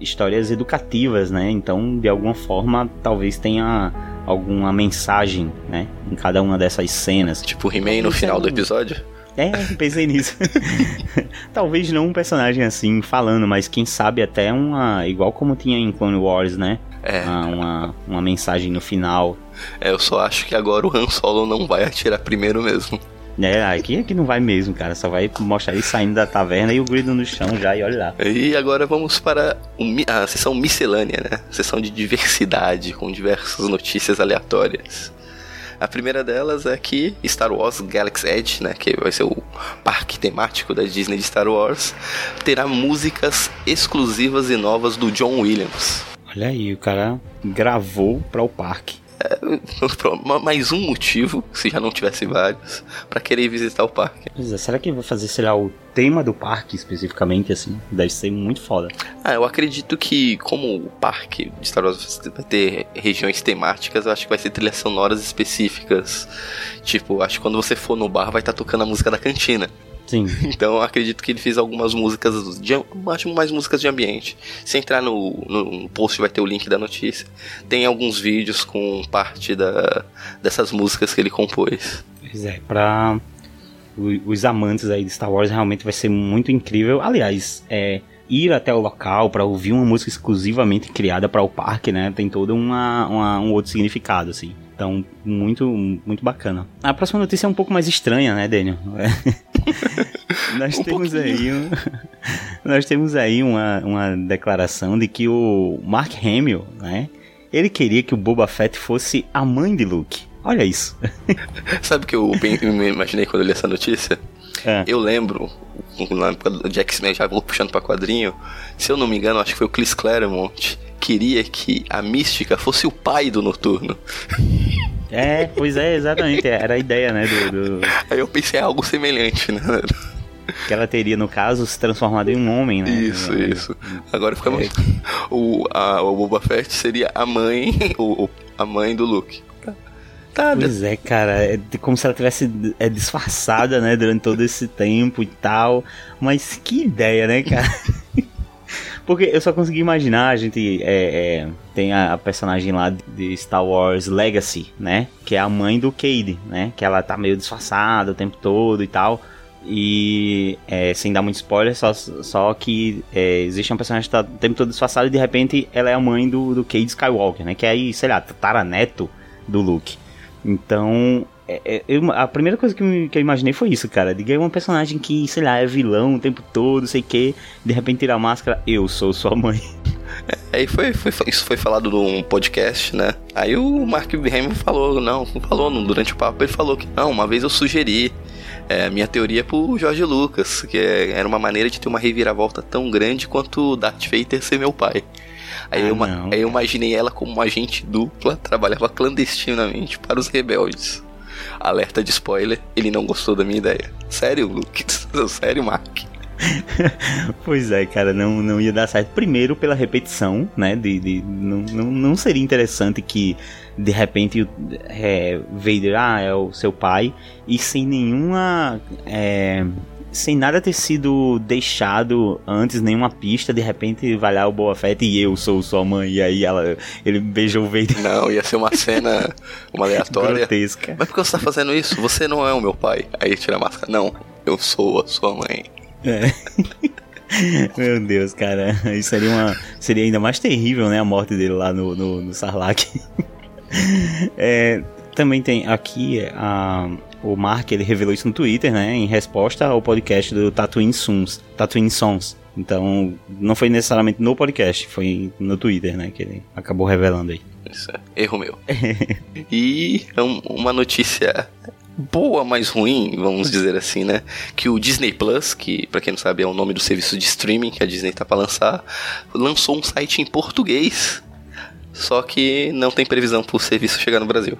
histórias educativas, né? Então, de alguma forma, talvez tenha alguma mensagem, né? Em cada uma dessas cenas. Tipo He-Man no final do episódio? Pensei nisso. Talvez não um personagem assim falando, mas quem sabe até igual como tinha em Clone Wars, né? Uma mensagem no final. Eu só acho que agora o Han Solo não vai atirar primeiro mesmo. Aqui não vai mesmo, cara. Só vai mostrar ele saindo da taverna e o Grido no chão já, e olha lá. E agora vamos para a sessão miscelânea, né? Sessão de diversidade, com diversas notícias aleatórias. A primeira delas é que Star Wars Galaxy Edge, né, que vai ser o parque temático da Disney de Star Wars, terá músicas exclusivas e novas do John Williams. Olha aí, o cara gravou para o parque. Mais um motivo, se já não tivesse vários, para querer visitar o parque. Pois é, será que vai fazer, sei lá, o tema do parque especificamente, assim? Deve ser muito foda. Eu acredito que, como o parque de Star Wars vai ter regiões temáticas, eu acho que vai ser trilhas sonoras específicas. Tipo, acho que quando você for no bar vai estar tocando a música da cantina. Sim. Então eu acredito que ele fez algumas músicas, acho mais músicas de ambiente. Se entrar no post vai ter o link da notícia. Tem alguns vídeos com parte dessas músicas que ele compôs. Pois é, pra os amantes aí de Star Wars realmente vai ser muito incrível. Aliás, ir até o local para ouvir uma música exclusivamente criada para o parque, né? Tem todo um outro significado, assim. Então, muito, muito bacana. A próxima notícia é um pouco mais estranha, né, Daniel? Nós temos aí uma declaração de que o Mark Hamill, né? Ele queria que o Boba Fett fosse a mãe de Luke. Olha isso. Sabe o que eu imaginei quando eu li essa notícia? Eu lembro, na época do X-Men, já vou puxando pra quadrinho, se eu não me engano, acho que foi o Chris Claremont, queria que a Mística fosse o pai do Noturno. Pois é, exatamente, era a ideia, né, Aí eu pensei, algo semelhante, né? Que ela teria, no caso, se transformado em um homem, né? Isso. Agora fica mais... O Boba Fett seria a mãe do Luke. Pois é, cara, é como se ela tivesse disfarçada, né, durante todo esse tempo e tal. Mas que ideia, né, cara? Porque eu só consegui imaginar, a gente tem a personagem lá de Star Wars Legacy, né? Que é a mãe do Cade, né? Que ela tá meio disfarçada o tempo todo e tal. E sem dar muito spoiler, só que existe uma personagem que tá o tempo todo disfarçada e de repente ela é a mãe do Cade Skywalker, né? Que é aí, sei lá, tataraneto do Luke. Então, a primeira coisa que eu imaginei foi isso, cara. De ganhar uma personagem que, sei lá, é vilão o tempo todo, sei que, de repente tira a máscara, eu sou sua mãe. Aí isso foi falado num podcast, né? Aí o Mark Hamill falou durante o papo, ele falou que, não, uma vez eu sugeri a minha teoria pro George Lucas, que era uma maneira de ter uma reviravolta tão grande quanto Darth Vader ser meu pai. Aí eu imaginei ela como uma agente dupla, trabalhava clandestinamente para os rebeldes. Alerta de spoiler, ele não gostou da minha ideia. Sério, Luke? Sério, Mark? Pois é, cara, não ia dar certo. Primeiro pela repetição, né? Não seria interessante que de repente Vader é o seu pai e sem nenhuma... sem nada ter sido deixado antes, nenhuma pista, de repente vai lá o Boba Fett e eu sou sua mãe, e aí ele beijou o Vader. Não, ia ser uma cena, uma aleatória. Grotesca. Mas por que você tá fazendo isso? Você não é o meu pai. Aí tira a máscara. Não, eu sou a sua mãe. Meu Deus, cara, isso seria ainda mais terrível, né, a morte dele lá no Sarlacc. Também tem aqui o Mark, ele revelou isso no Twitter, né, em resposta ao podcast do Tatooine Sons. Então, não foi necessariamente no podcast, foi no Twitter, né, que ele acabou revelando aí. Isso é erro meu. E uma notícia boa, mas ruim, vamos dizer assim, né? Que o Disney Plus, que pra quem não sabe é o nome do serviço de streaming que a Disney tá pra lançar, lançou um site em português. Só que não tem previsão pro serviço chegar no Brasil.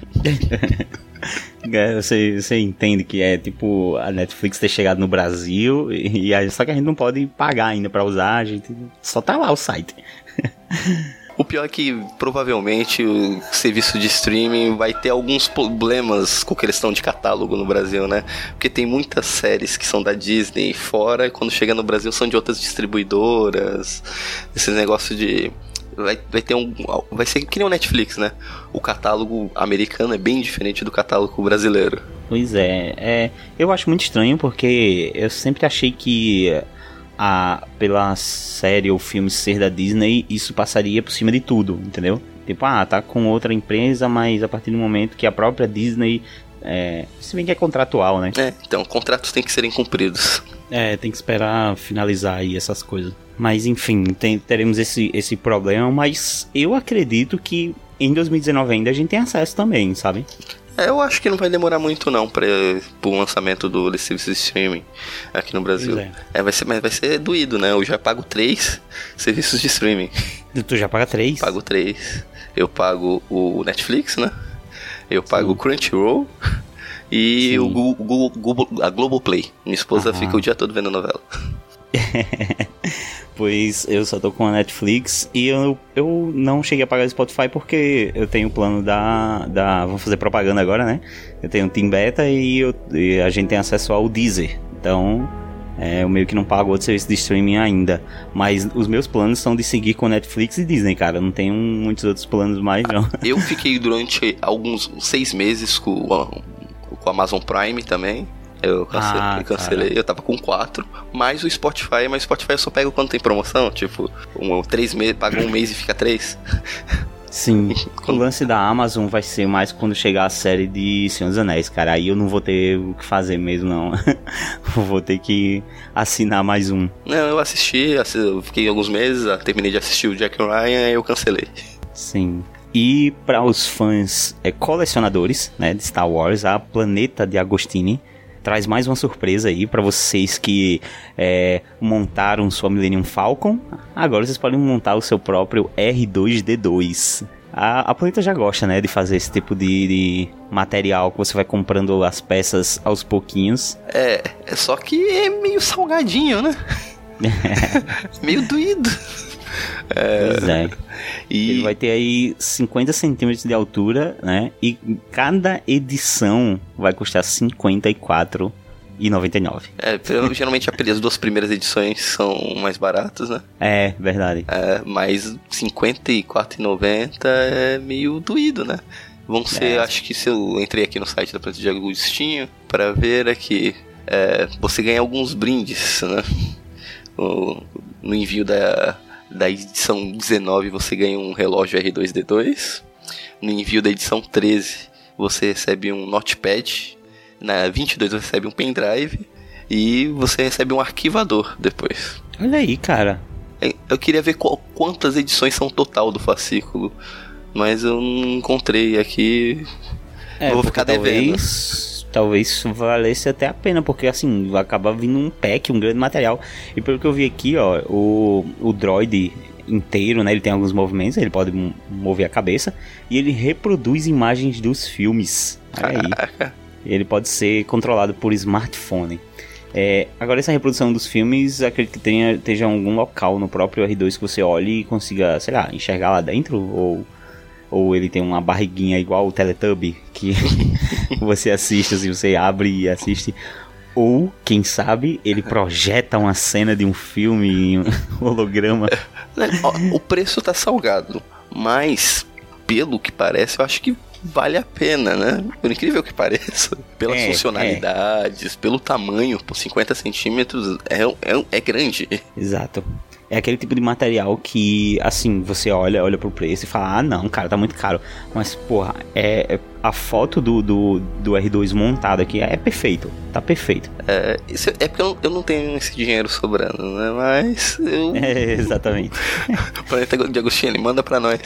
Você entende que é tipo a Netflix ter chegado no Brasil só que a gente não pode pagar ainda pra usar, a gente só tá lá o site. O pior é que provavelmente o serviço de streaming vai ter alguns problemas com questão de catálogo no Brasil, né? Porque tem muitas séries que são da Disney fora e quando chega no Brasil são de outras distribuidoras. Esse negócio de... Vai ser que nem o Netflix, né? O catálogo americano é bem diferente do catálogo brasileiro. Pois é. Eu acho muito estranho porque eu sempre achei que pela série ou filme ser da Disney, isso passaria por cima de tudo, entendeu? Tipo, tá com outra empresa, mas a partir do momento que a própria Disney... se bem que é contratual, né? Então, contratos têm que serem cumpridos. Tem que esperar finalizar aí essas coisas. Mas enfim, teremos esse problema, mas eu acredito que em 2019 ainda a gente tem acesso também, sabe? Eu acho que não vai demorar muito não pro lançamento do serviço de streaming aqui no Brasil. Vai ser doído, né? Eu já pago 3 serviços de streaming. Tu já paga 3? Pago 3. Eu pago o Netflix, né? Eu pago o Crunchyroll e a Globoplay. Minha esposa fica o dia todo vendo novela. Pois eu só tô com a Netflix e eu não cheguei a pagar o Spotify porque eu tenho o plano vamos fazer propaganda agora, né? Eu tenho o Team Beta e a gente tem acesso ao Deezer. Então, eu meio que não pago outro serviço de streaming ainda. Mas os meus planos são de seguir com Netflix e Disney, cara. Eu não tenho muitos outros planos mais, não. Eu fiquei durante alguns 6 meses com o Amazon Prime também. Eu cancelei, eu tava com 4, mais o Spotify, mas o Spotify eu só pego quando tem promoção, tipo, 3 meses, paga 1 mês e fica 3. Sim, o lance da Amazon vai ser mais quando chegar a série de Senhor dos Anéis, cara, aí eu não vou ter o que fazer mesmo, não. Vou ter que assinar mais um. Não, eu eu fiquei alguns meses, terminei de assistir o Jack Ryan e eu cancelei. Sim. E para os fãs colecionadores, né, de Star Wars, a Planeta de Agostini traz mais uma surpresa aí pra vocês que montaram sua Millennium Falcon. Agora vocês podem montar o seu próprio R2-D2. A Planeta já gosta, né, de fazer esse tipo de material que você vai comprando as peças aos pouquinhos. Só que é meio salgadinho, né? Meio doído. Pois é. E ele vai ter aí 50 centímetros de altura, né? E cada edição vai custar R$54,99. Geralmente as 2 primeiras edições são mais baratas, né? Verdade. Mas R$54,90 é meio doído, né? Vão ser, acho que se eu entrei aqui no site da Planeta de Agostinho pra ver aqui, você ganha alguns brindes, né? No envio da edição 19 você ganha um relógio R2-D2. No envio da edição 13 você recebe um notepad. Na 22 você recebe um pendrive. E você recebe um arquivador depois. Olha aí, cara. Eu queria ver quantas edições são total do fascículo, mas eu não encontrei aqui. Vou ficar devendo. Talvez valesse até a pena, porque assim, vai acabar vindo um pack, um grande material. E pelo que eu vi aqui, ó, o droid inteiro, né, ele tem alguns movimentos, ele pode mover a cabeça e ele reproduz imagens dos filmes. Olha aí. Ele pode ser controlado por smartphone. Agora essa reprodução dos filmes, acredito que esteja em algum local no próprio R2 que você olhe e consiga, sei lá, enxergar lá dentro, ou ele tem uma barriguinha igual o Teletubby, que você assiste, assim, você abre e assiste. Ou, quem sabe, ele projeta uma cena de um filme em um holograma. O preço tá salgado, mas, pelo que parece, eu acho que vale a pena, né? Por incrível que pareça. Pelas funcionalidades, pelo tamanho, por 50 centímetros, é grande. Exato. É aquele tipo de material que, assim, você olha pro preço e fala, não, cara, tá muito caro. Mas, porra, a foto do R2 montado aqui é perfeito. Tá perfeito. É porque eu não tenho esse dinheiro sobrando, né? Mas eu... exatamente. Planeta de Agostini, manda pra nós.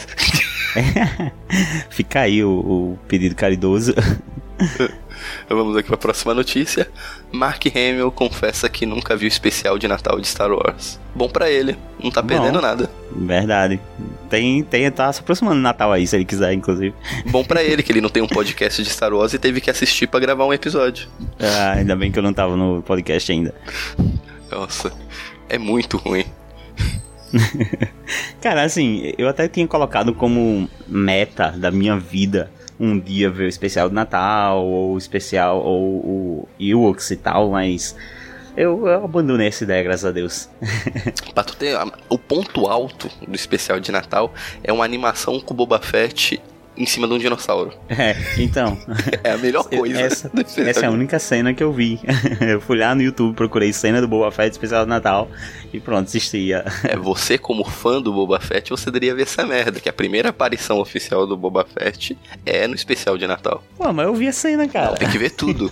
Fica aí o pedido caridoso. Vamos aqui pra próxima notícia. Mark Hamill confessa que nunca viu o especial de Natal de Star Wars. Bom pra ele, não tá perdendo nada. Verdade. Tá se aproximando do Natal aí, se ele quiser, inclusive. Bom pra ele, que ele não tem um podcast de Star Wars e teve que assistir pra gravar um episódio. Ainda bem que eu não tava no podcast ainda. Nossa, é muito ruim. Cara, assim, eu até tinha colocado como meta da minha vida um dia ver o especial do Natal, ou o especial, ou o Ewoks e tal, mas eu abandonei essa ideia, graças a Deus. Pra tu ter o ponto alto do especial de Natal é uma animação com o Boba Fett em cima de um dinossauro. Então. É a melhor coisa. Essa é a única cena que eu vi. Eu fui lá no YouTube, procurei cena do Boba Fett especial do Natal e pronto, assistia. Você como fã do Boba Fett, você deveria ver essa merda, que a primeira aparição oficial do Boba Fett é no especial de Natal. Pô, mas eu vi a cena, cara. Não, tem que ver tudo.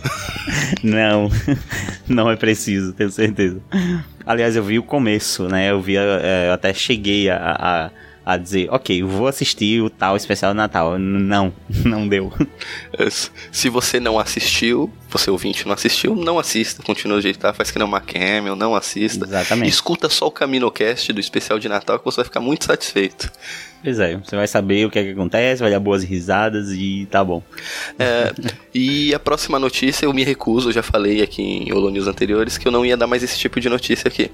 Não é preciso, tenho certeza. Aliás, eu vi o começo, né? Eu até cheguei a dizer, ok, eu vou assistir o tal especial de Natal. Não deu. Se você não assistiu, você ouvinte não assistiu, não assista, continua do jeito que tá, faz que não uma Camel, não assista. Exatamente. Escuta só o CaminoCast do especial de Natal que você vai ficar muito satisfeito. Pois é, você vai saber o que é que acontece, vai dar boas risadas e tá bom. E a próxima notícia eu me recuso, eu já falei aqui em Holo News anteriores que eu não ia dar mais esse tipo de notícia aqui.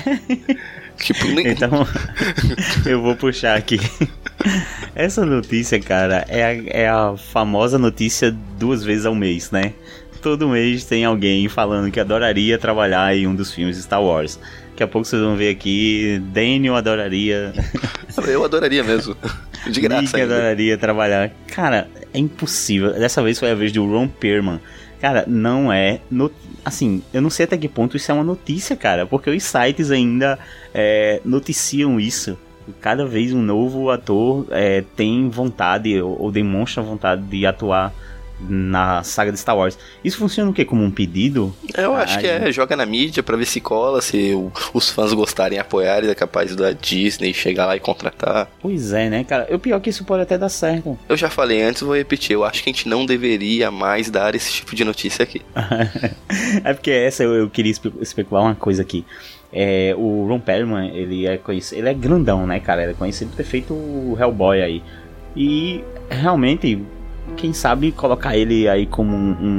Então, eu vou puxar aqui. Essa notícia, cara, é a famosa notícia 2 vezes ao mês, né? Todo mês tem alguém falando que adoraria trabalhar em um dos filmes Star Wars. Daqui a pouco vocês vão ver aqui, Daniel adoraria. Eu adoraria mesmo. De graça. Nick adoraria trabalhar. Cara, é impossível. Dessa vez foi a vez do Ron Perlman. Cara, não é... Assim, eu não sei até que ponto isso é uma notícia, cara. Porque os sites ainda noticiam isso. Cada vez um novo ator tem vontade ou demonstra vontade de atuar na saga de Star Wars. Isso funciona o quê? Como um pedido? Eu acho que joga na mídia pra ver se cola, se os fãs gostarem, apoiarem, é capaz da Disney chegar lá e contratar. Pois é, né, cara? O pior é que isso pode até dar certo. Eu já falei antes, vou repetir, eu acho que a gente não deveria mais dar esse tipo de notícia aqui. É porque eu queria especular uma coisa aqui. O Ron Perlman, ele é grandão, né, cara? Ele é conhecido por ter feito o Hellboy aí. E realmente, quem sabe colocar ele aí como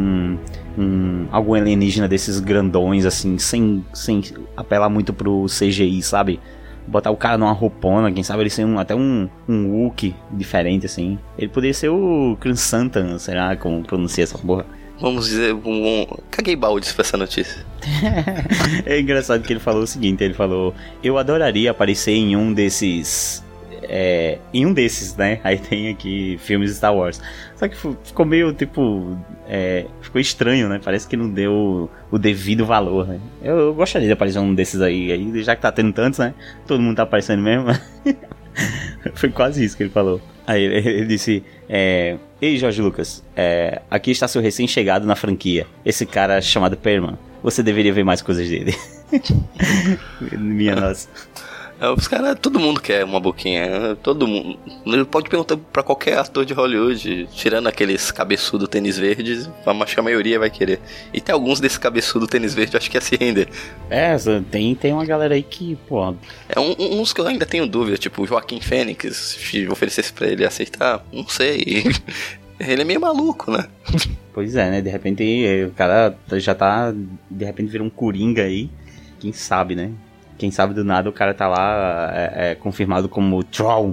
algum alienígena desses grandões, assim, sem apelar muito pro CGI, sabe? Botar o cara numa roupona, quem sabe ele ser até um Wookiee diferente, assim. Ele poderia ser o Krrsantan, será como pronuncia essa porra? Vamos dizer, caguei baldes pra essa notícia. É engraçado que ele falou o seguinte, ele falou, eu adoraria aparecer em um desses... né? Aí tem aqui filmes Star Wars. Só que ficou meio, tipo... ficou estranho, né? Parece que não deu o devido valor, né? Eu gostaria de aparecer um desses aí, já que tá tendo tantos, né? Todo mundo tá aparecendo mesmo. Foi quase isso que ele falou. Aí ele disse... Ei, Jorge Lucas, aqui está seu recém-chegado na franquia. Esse cara chamado Perlman. Você deveria ver mais coisas dele. Minha nossa. Os caras, todo mundo quer uma boquinha, todo mundo. Pode perguntar pra qualquer ator de Hollywood, tirando aqueles cabeçudo tênis verdes, acho que a maioria vai querer. E tem alguns desse cabeçudo tênis verde, acho que ia se render. Tem uma galera aí que, pô... Uns que eu ainda tenho dúvida, tipo o Joaquim Fênix, se oferecesse pra ele aceitar, não sei. Ele é meio maluco, né? Pois é, né? De repente o cara já tá... De repente vira um coringa aí, quem sabe, né? Quem sabe do nada o cara tá lá confirmado como Tron.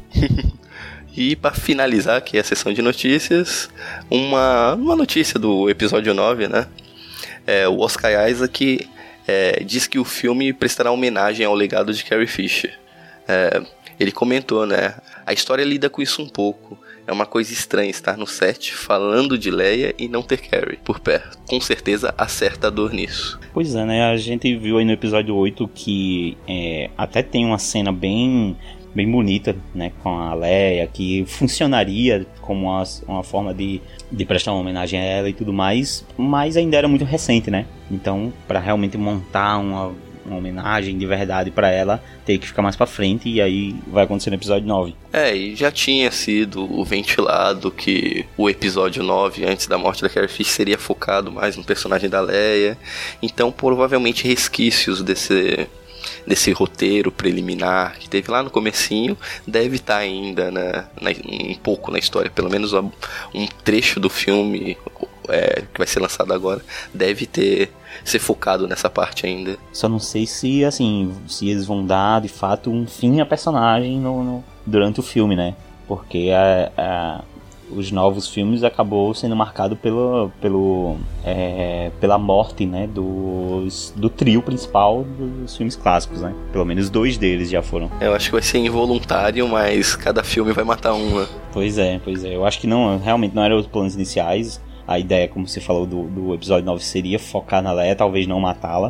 E pra finalizar aqui a sessão de notícias, uma notícia do episódio 9, né? O Oscar Isaac diz que o filme prestará homenagem ao legado de Carrie Fisher. Ele comentou, né? A história lida com isso um pouco. É uma coisa estranha estar no set falando de Leia e não ter Carrie por perto. Com certeza acerta a dor nisso. Pois é, né? A gente viu aí no episódio 8 que até tem uma cena bem bonita, né? Com a Leia, que funcionaria como uma forma de prestar uma homenagem a ela e tudo mais. Mas ainda era muito recente, né? Então, para realmente montar uma homenagem de verdade pra ela, tem que ficar mais pra frente, e aí vai acontecer no episódio 9. E já tinha sido ventilado que o episódio 9, antes da morte da Carrie Fisher, seria focado mais no personagem da Leia, então provavelmente resquícios desse roteiro preliminar que teve lá no comecinho, deve estar ainda um pouco na história, pelo menos um trecho do filme que vai ser lançado agora, deve ser focado nessa parte ainda. Só não sei se, assim, se eles vão dar, de fato, um fim a personagem durante o filme, né? Porque os novos filmes acabou sendo marcado pela morte, né, do trio principal dos filmes clássicos, né? Pelo menos 2 deles já foram. Eu acho que vai ser involuntário, mas cada filme vai matar um, né? Pois é. Eu acho que realmente não eram os planos iniciais. A ideia, como você falou, do episódio 9 seria focar na Leia, talvez não matá-la.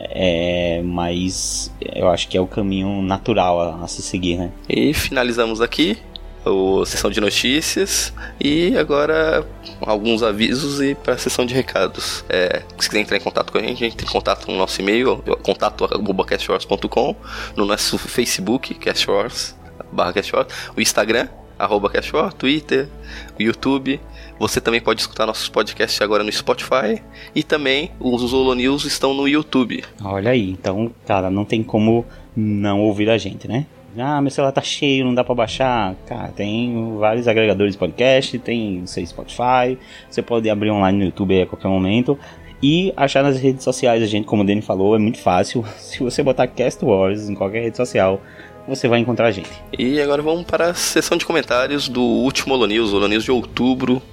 Mas eu acho que é o caminho natural a se seguir, né? E finalizamos aqui a sessão de notícias. E agora alguns avisos e para a sessão de recados. Se quiser entrar em contato com a gente tem contato no nosso e-mail, contato@castwars.com, no nosso Facebook, castwars, o Instagram, @castwars, Twitter, o YouTube. Você também pode escutar nossos podcasts agora no Spotify. E também os Holo News estão no YouTube. Olha aí, então, cara, não tem como não ouvir a gente, né? Meu celular tá cheio, não dá pra baixar. Cara, tem vários agregadores de podcast, tem seu Spotify. Você pode abrir online no YouTube aí a qualquer momento. E achar nas redes sociais a gente, como o Danny falou, é muito fácil. Se você botar Cast Wars em qualquer rede social, você vai encontrar a gente. E agora vamos para a sessão de comentários do último Holo News de outubro.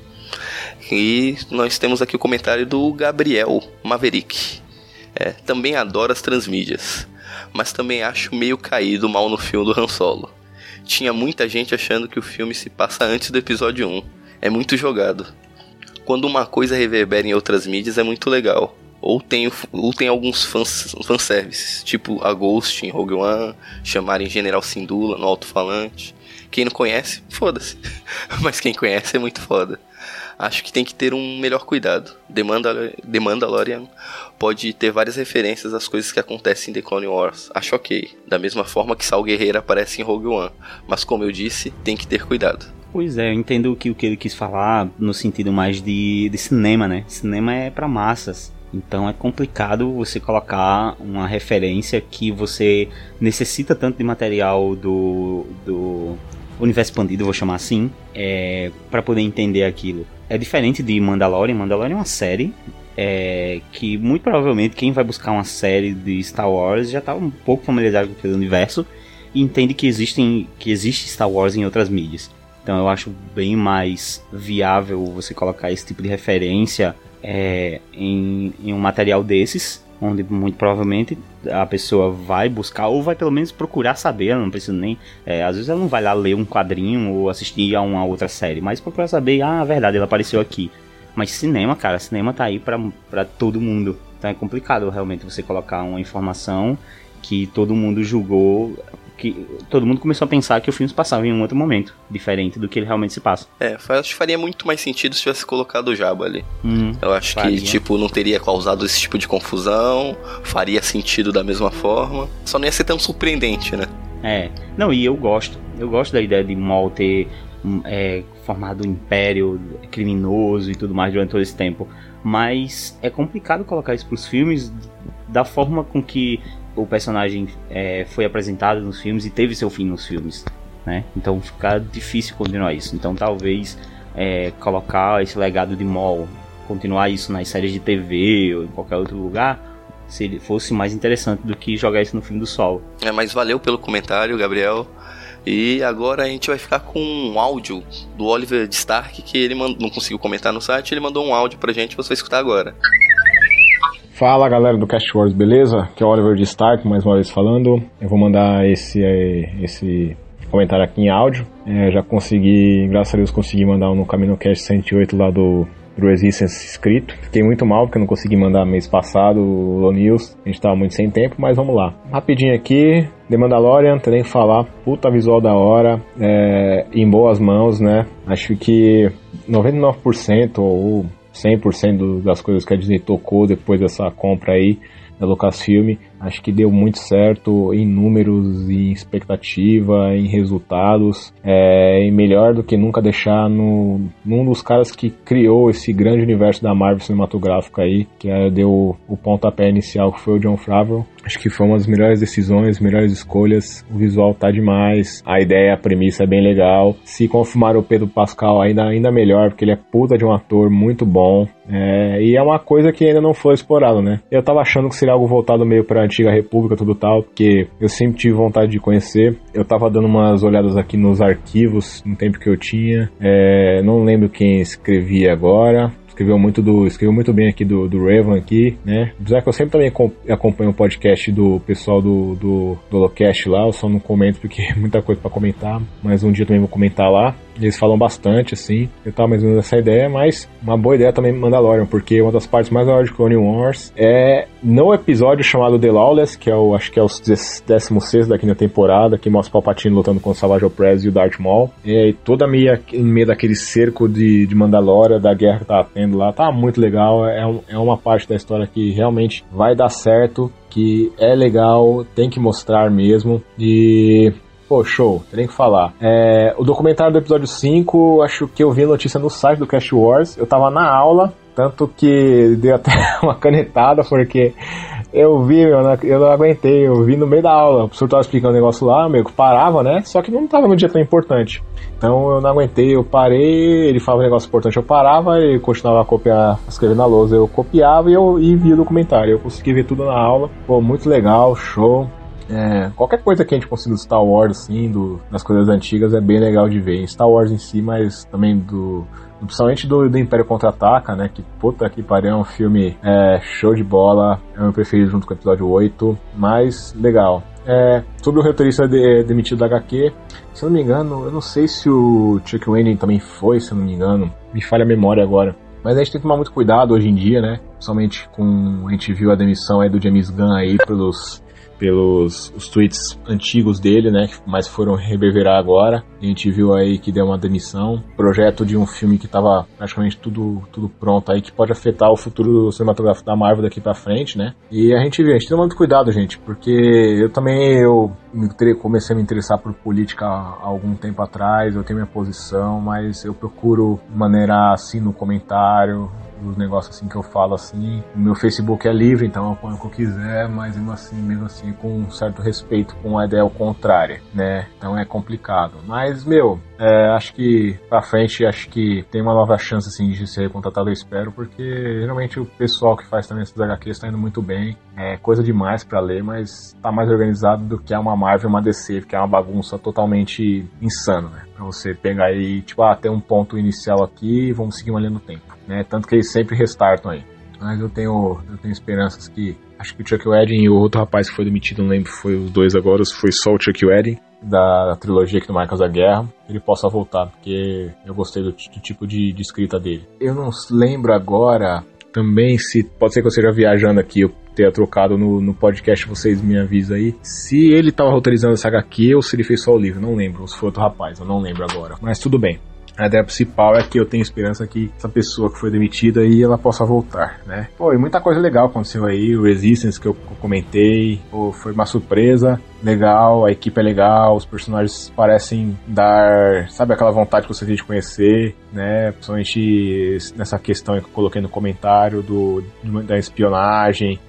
E nós temos aqui o comentário do Gabriel Maverick. Também adoro as transmídias, mas também acho meio caído mal no filme do Han Solo. Tinha muita gente achando que o filme se passa antes do episódio 1. É muito jogado. Quando uma coisa reverbera em outras mídias é muito legal. Ou tem alguns fanservices, tipo a Ghost em Rogue One, chamarem General Syndulla no alto-falante. Quem não conhece, foda-se. Mas quem conhece é muito foda. Acho que tem que ter um melhor cuidado. The Mandalorian pode ter várias referências às coisas que acontecem em The Clone Wars. Acho ok. Da mesma forma que Saw Gerrera aparece em Rogue One. Mas como eu disse, tem que ter cuidado. Pois é, eu entendo que o que ele quis falar no sentido mais de cinema, né? Cinema é pra massas. Então é complicado você colocar uma referência que você necessita tanto de material do universo expandido, vou chamar assim, para poder entender aquilo. É diferente de Mandalorian. Mandalorian é uma série que muito provavelmente quem vai buscar uma série de Star Wars já está um pouco familiarizado com aquele universo e entende que existe Star Wars em outras mídias. Então eu acho bem mais viável você colocar esse tipo de referência em um material desses, onde muito provavelmente a pessoa vai buscar ou vai pelo menos procurar saber. Ela não precisa nem às vezes ela não vai lá ler um quadrinho ou assistir a uma outra série, mas procurar saber, a verdade, ela apareceu aqui. Mas cinema tá aí pra todo mundo. Então é complicado realmente você colocar uma informação que todo mundo julgou, que todo mundo começou a pensar que o filme se passava em um outro momento, diferente do que ele realmente se passa. Acho que faria muito mais sentido se tivesse colocado o Jabba ali. Eu acho que, não teria causado esse tipo de confusão, faria sentido da mesma forma, só não ia ser tão surpreendente, né? Não, e eu gosto da ideia de Maul ter formado um império criminoso e tudo mais durante todo esse tempo, mas é complicado colocar isso pros filmes da forma com que o personagem foi apresentado nos filmes e teve seu fim nos filmes, né? Então fica difícil continuar isso. Então talvez colocar esse legado de Maul, continuar isso nas séries de TV ou em qualquer outro lugar, se fosse mais interessante do que jogar isso no filme do Solo. Mas valeu pelo comentário, Gabriel. E agora a gente vai ficar com um áudio do Oliver de Stark, que ele não conseguiu comentar no site, ele mandou um áudio pra gente, você vai escutar agora. Fala galera do Cast Wars, beleza? Aqui é o Oliver de Stark, mais uma vez falando. Eu vou mandar esse comentário aqui em áudio. Já consegui, graças a Deus, consegui mandar no CaminoCast 108 lá do Resistance escrito. Fiquei muito mal porque eu não consegui mandar mês passado o Holo News. A gente tava muito sem tempo, mas vamos lá. Rapidinho aqui, The Mandalorian, tem que falar, puta visual da hora, em boas mãos, né? Acho que 99% ou 100% das coisas que a Disney tocou depois dessa compra aí da Lucasfilm Acho que deu muito certo em números, em expectativa, em resultados. E melhor do que nunca deixar num dos caras que criou esse grande universo da Marvel cinematográfica aí, que deu o pontapé inicial, que foi o Jon Favreau. Acho que foi uma das melhores decisões, melhores escolhas. O visual tá demais, a ideia, a premissa é bem legal. Se confirmar o Pedro Pascal, ainda melhor, porque ele é puta de um ator muito bom. E é uma coisa que ainda não foi explorado, né? Eu tava achando que seria algo voltado meio pra Antiga República, tudo tal, porque eu sempre tive vontade de conhecer. Eu tava dando umas olhadas aqui nos arquivos, no tempo que eu tinha. Não lembro quem escrevia agora. Escreveu muito bem aqui do Raven aqui, né? Apesar que eu sempre também acompanho o podcast do pessoal do Holocast lá, eu só não comento porque é muita coisa pra comentar, mas um dia também vou comentar lá. Eles falam bastante, assim, eu tava mais ou menos nessa ideia, mas uma boa ideia também Mandalorian, porque uma das partes mais legais de Clone Wars é no episódio chamado The Lawless, que acho que é o 16º da quinta temporada, que mostra o Palpatine lutando com o Savage Opress e o Darth Maul, e toda em meio daquele cerco de Mandalorian, da guerra que tava tendo lá, tá muito legal, é uma parte da história que realmente vai dar certo, que é legal, tem que mostrar mesmo, e... Pô, show, tem que falar. O documentário do episódio 5, acho que eu vi a notícia no site do Cast Wars, eu tava na aula, tanto que dei até uma canetada, porque eu vi, eu não aguentei, eu vi no meio da aula, o professor tava explicando o negócio lá, meio que parava, né, só que não tava no dia tão importante. Então eu não aguentei, eu parei, ele falava um negócio importante, eu parava, ele continuava a escrever na lousa, eu copiava e via o documentário, eu consegui ver tudo na aula, pô, muito legal, show. Qualquer coisa que a gente consiga do Star Wars, assim, das coisas antigas, é bem legal de ver. Em Star Wars em si, mas também principalmente do Império Contra-Ataca, né? Que puta que pariu, é um filme show de bola. É o meu preferido junto com o episódio 8. Mas legal. Sobre o roteirista demitido da HQ, se eu não me engano, eu não sei se o Chuck Wendig também foi, se eu não me engano. Me falha a memória agora. Mas a gente tem que tomar muito cuidado hoje em dia, né? Principalmente a gente viu a demissão aí do James Gunn aí pelos os tweets antigos dele, né, mas foram reverberar agora. A gente viu aí que deu uma demissão, projeto de um filme que estava praticamente tudo pronto aí, que pode afetar o futuro cinematográfico da Marvel daqui pra frente, né, e a gente tem muito cuidado, gente, porque eu comecei a me interessar por política há algum tempo atrás, eu tenho minha posição, mas eu procuro maneirar assim no comentário, os negócios assim que eu falo assim. O meu Facebook é livre, então eu ponho o que eu quiser, mas mesmo assim com um certo respeito com a ideia contrária, né? Então é complicado. Mas, acho que pra frente, acho que tem uma nova chance assim de ser contratado, eu espero, porque geralmente o pessoal que faz também esses HQs tá indo muito bem. É coisa demais pra ler, mas tá mais organizado do que uma Marvel e uma DC, que é uma bagunça totalmente insana, né? Pra você pegar e, tem um ponto inicial aqui e vamos seguir uma linha no tempo, né? Tanto que eles sempre restartam aí. Mas eu tenho esperanças que... Acho que o Chuck Wedding e o outro rapaz que foi demitido, não lembro, foi os dois agora, foi só o Chuck Wedding, da trilogia aqui do Marcos da Guerra, ele possa voltar, porque eu gostei do tipo de escrita dele. Eu não lembro agora também se... Pode ser que eu esteja viajando aqui, eu tenha trocado no podcast, vocês me avisam aí, se ele estava roteirizando essa HQ ou se ele fez só o livro, não lembro, ou se foi outro rapaz, eu não lembro agora, mas tudo bem. A ideia principal é que eu tenho esperança que essa pessoa que foi demitida aí, ela possa voltar, né? Pô, e muita coisa legal aconteceu aí, o Resistance que eu comentei, foi uma surpresa, legal, a equipe é legal, os personagens parecem dar, sabe, aquela vontade que você tem de conhecer, né? Principalmente nessa questão que eu coloquei no comentário da espionagem,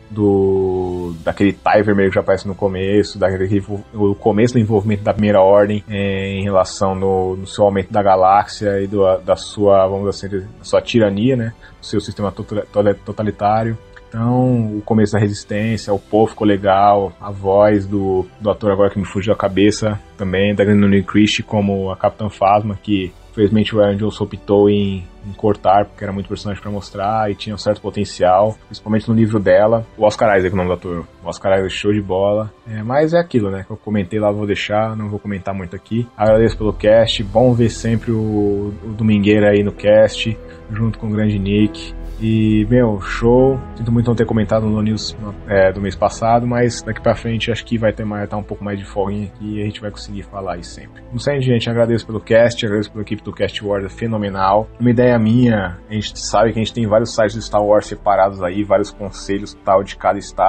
daquele TIE vermelho que já aparece no começo, o começo do envolvimento da Primeira Ordem em relação no seu aumento da galáxia e da sua, vamos dizer assim, da sua tirania, né? Do seu sistema totalitário. Então, o começo da Resistência, o povo ficou legal, a voz do ator agora que me fugiu a cabeça também, da Glenn Christie como a Capitã Phasma, que infelizmente o Ryan Johnson optou em cortar, porque era muito personagem pra mostrar e tinha um certo potencial, principalmente no livro dela. O Oscar Isaac, o nome do ator. O Oscar Isaac, show de bola. Mas é aquilo, né, que eu comentei lá, vou deixar, não vou comentar muito aqui. Agradeço pelo cast, bom ver sempre o Domingueira aí no cast, junto com o grande Nick. E, show. Sinto muito não ter comentado no News do mês passado, mas daqui pra frente acho que vai estar um pouco mais de folguinha aqui e a gente vai conseguir falar aí sempre. Não sei, gente, agradeço pelo cast, agradeço pela equipe do Cast Wars, é fenomenal. Uma ideia minha, a gente sabe que a gente tem vários sites do Star Wars separados aí, vários conselhos tal de cada estado.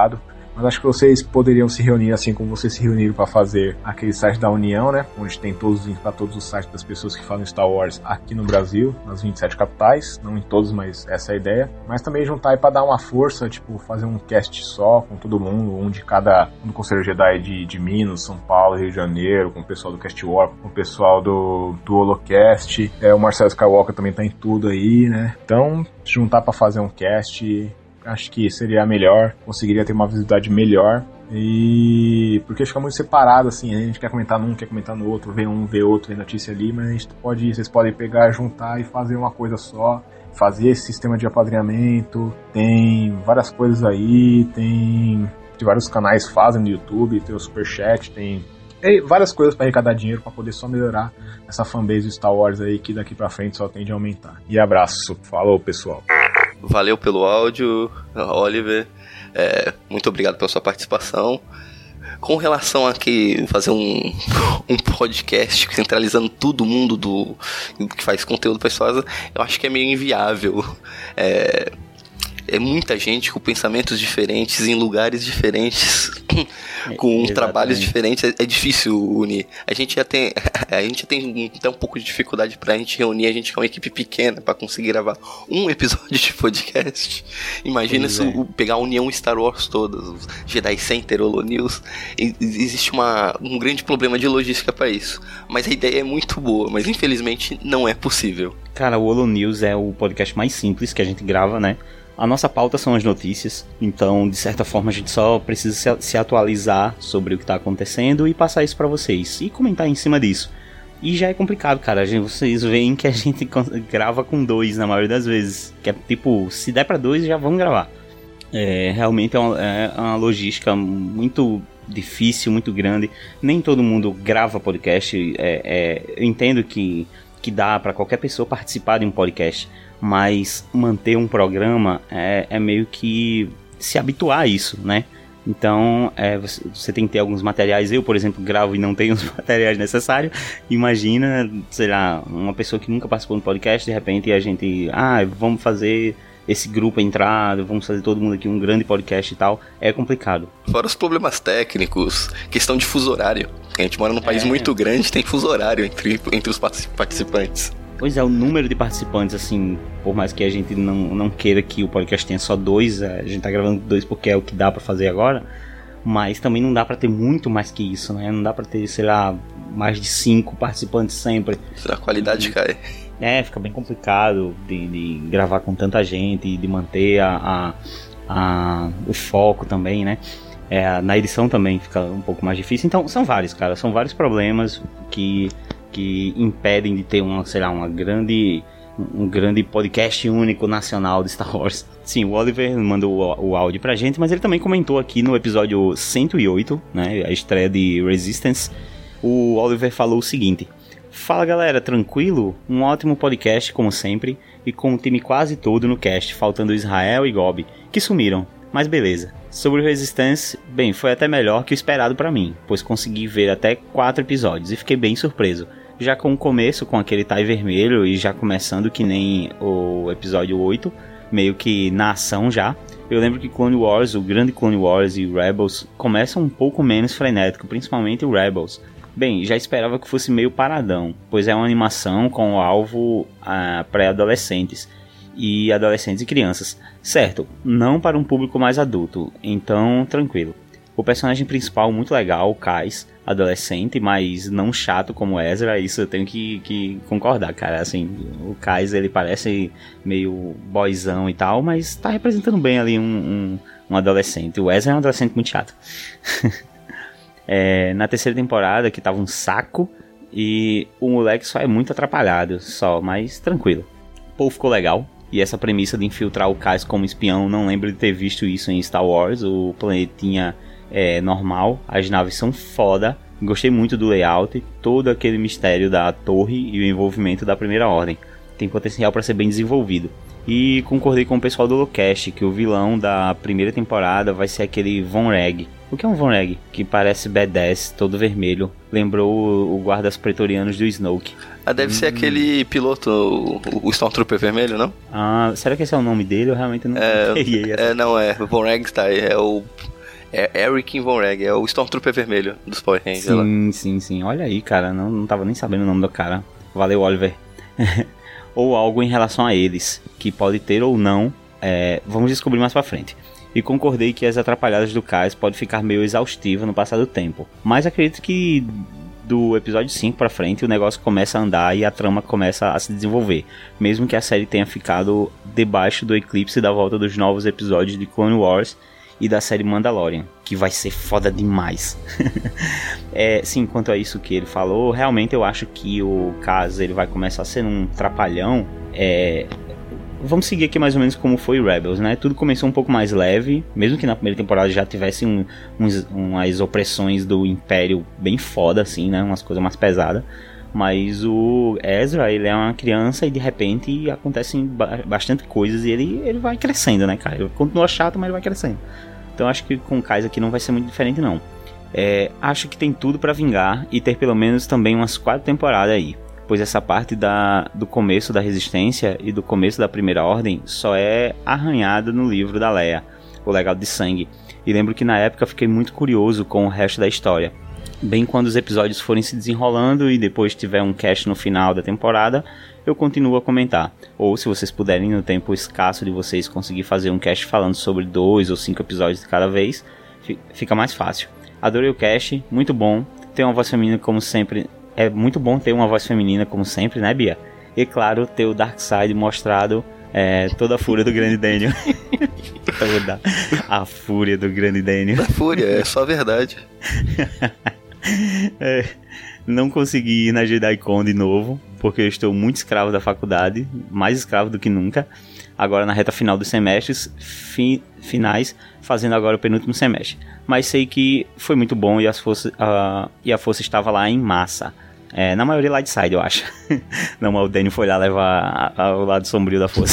Mas acho que vocês poderiam se reunir assim como vocês se reuniram para fazer aquele site da União, né? Onde tem todos os links para todos os sites das pessoas que falam Star Wars aqui no Brasil, nas 27 capitais. Não em todos, mas essa é a ideia. Mas também juntar aí para dar uma força, tipo, fazer um cast só com todo mundo, um do Conselho Jedi de Minas, São Paulo, Rio de Janeiro, com o pessoal do Cast War, com o pessoal do Holocast. O Marcelo Skywalker também tá em tudo aí, né? Então, juntar para fazer um cast, acho que seria melhor, conseguiria ter uma visibilidade melhor. E porque fica muito separado assim, a gente quer comentar num, quer comentar no outro, vê um, vê outro, vê notícia ali, mas vocês podem pegar, juntar e fazer uma coisa só, fazer esse sistema de apadrinhamento. Tem várias coisas aí, tem vários canais que fazem no YouTube, tem o Superchat, tem várias coisas para arrecadar dinheiro para poder só melhorar essa fanbase do Star Wars aí, que daqui pra frente só tende a aumentar. E abraço, falou pessoal. Valeu pelo áudio, Oliver. Muito obrigado pela sua participação. Com relação a fazer um podcast centralizando todo mundo que faz conteúdo pessoal, eu acho que é meio inviável. É muita gente com pensamentos diferentes, em lugares diferentes, com trabalhos diferentes, é difícil unir. A gente tem até um pouco de dificuldade pra gente reunir, a gente é uma equipe pequena pra conseguir gravar um episódio de podcast. Imagina pegar a união Star Wars toda, os Jedi Center, Holo News. Existe um grande problema de logística pra isso. Mas a ideia é muito boa, mas infelizmente não é possível. Cara, o Holo News é o podcast mais simples que a gente grava, né? A nossa pauta são as notícias, então de certa forma a gente só precisa se atualizar sobre o que está acontecendo e passar isso para vocês e comentar em cima disso. E já é complicado, cara, vocês veem que a gente grava com 2 na maioria das vezes, que é tipo, se der para 2 já vamos gravar. Realmente é uma logística muito difícil, muito grande, nem todo mundo grava podcast, eu entendo que dá para qualquer pessoa participar de um podcast, mas manter um programa é meio que se habituar a isso, né? Então, você tem que ter alguns materiais. Eu, por exemplo, gravo e não tenho os materiais necessários. Imagina, sei lá, uma pessoa que nunca participou de podcast, de repente a gente, vamos fazer esse grupo entrar, vamos fazer todo mundo aqui um grande podcast e tal. É complicado. Fora os problemas técnicos, questão de fuso horário. A gente mora num país muito grande, tem fuso horário entre os participantes. Pois é, o número de participantes, assim, por mais que a gente não queira que o podcast tenha só 2, a gente tá gravando 2 porque é o que dá pra fazer agora, mas também não dá pra ter muito mais que isso, né? Não dá pra ter, sei lá, mais de 5 participantes sempre. A qualidade cai. Fica bem complicado de gravar com tanta gente e de manter o foco também, né? Na edição também fica um pouco mais difícil. Então, são vários problemas que impedem de ter um grande podcast único nacional de Star Wars. Sim, o Oliver mandou o áudio pra gente, mas ele também comentou aqui no episódio 108, né, a estreia de Resistance. O Oliver falou o seguinte: fala galera, tranquilo? Um ótimo podcast como sempre, e com o time quase todo no cast, faltando Israel e Gobi, que sumiram, mas beleza. Sobre o Resistance, bem, foi até melhor que o esperado pra mim, pois consegui ver até 4 episódios e fiquei bem surpreso. Já com o começo, com aquele tie vermelho e já começando que nem o episódio 8, meio que na ação já. Eu lembro que Clone Wars, o grande Clone Wars e Rebels começam um pouco menos frenético, principalmente o Rebels. Bem, já esperava que fosse meio paradão, pois é uma animação com o alvo pré-adolescentes e adolescentes e crianças. Certo, não para um público mais adulto, então tranquilo. O personagem principal muito legal, o Kais, adolescente, mas não chato como Ezra, isso eu tenho que concordar, cara. Assim, o Kais, ele parece meio boyzão e tal, mas tá representando bem ali um adolescente. O Ezra é um adolescente muito chato. Na terceira temporada, que tava um saco, e o moleque só é muito atrapalhado, mas tranquilo. O povo ficou legal. E essa premissa de infiltrar o Kais como espião, não lembro de ter visto isso em Star Wars. O planetinha normal, as naves são foda. Gostei muito do layout, todo aquele mistério da torre e o envolvimento da Primeira Ordem. Tem potencial para ser bem desenvolvido. E concordei com o pessoal do Holocast que o vilão da primeira temporada vai ser aquele Von Reg. O que é um Von Reg? Que parece badass, todo vermelho. Lembrou o guardas pretorianos do Snoke. Deve ser aquele piloto, o Stormtrooper vermelho, não? Será que esse é o nome dele? Eu realmente não peguei. Não é. Von Reg tá aí, É Eric Von Reg, é o Stormtrooper vermelho dos Power Rangers. Sim. Olha aí, cara, não tava nem sabendo o nome do cara. Valeu, Oliver. Ou algo em relação a eles, que pode ter ou não, vamos descobrir mais pra frente. E concordei que as atrapalhadas do Kaz podem ficar meio exaustivas no passar do tempo. Mas acredito que do episódio 5 pra frente o negócio começa a andar e a trama começa a se desenvolver. Mesmo que a série tenha ficado debaixo do eclipse da volta dos novos episódios de Clone Wars e da série Mandalorian, que vai ser foda demais. Sim, quanto a isso que ele falou, realmente eu acho que o Kaz ele vai começar a ser um trapalhão. Vamos seguir aqui mais ou menos como foi Rebels, né? Tudo começou um pouco mais leve, mesmo que na primeira temporada já tivesse umas opressões do Império bem foda, assim, né? Umas coisas mais pesadas. Mas o Ezra, ele é uma criança e de repente acontecem bastante coisas e ele vai crescendo, né, cara? Ele continua chato, mas ele vai crescendo. Então acho que com o Kaz aqui não vai ser muito diferente, não. Acho que tem tudo pra vingar e ter pelo menos também umas 4 temporadas aí. Pois essa parte do começo da Resistência e do começo da Primeira Ordem só é arranhada no livro da Leia, O Legado de Sangue. E lembro que na época fiquei muito curioso com o resto da história. Bem quando os episódios forem se desenrolando e depois tiver um cast no final da temporada, eu continuo a comentar. Ou se vocês puderem, no tempo escasso de vocês, conseguir fazer um cast falando sobre 2 ou 5 episódios de cada vez, fica mais fácil. Adorei o cast, muito bom. Tem uma voz feminina como sempre. É muito bom ter uma voz feminina como sempre, né, Bia? E claro, ter o Darkseid mostrado toda a fúria do grande Daniel. A fúria do grande Daniel. A fúria, é só a verdade. Não consegui ir na JediCon de novo, porque eu estou muito escravo da faculdade, mais escravo do que nunca. Agora na reta final dos semestres finais, fazendo agora o penúltimo semestre. Mas sei que foi muito bom e a força estava lá em massa. Na maioria Lightside, eu acho. Não, mas o Daniel foi lá levar ao lado sombrio da força.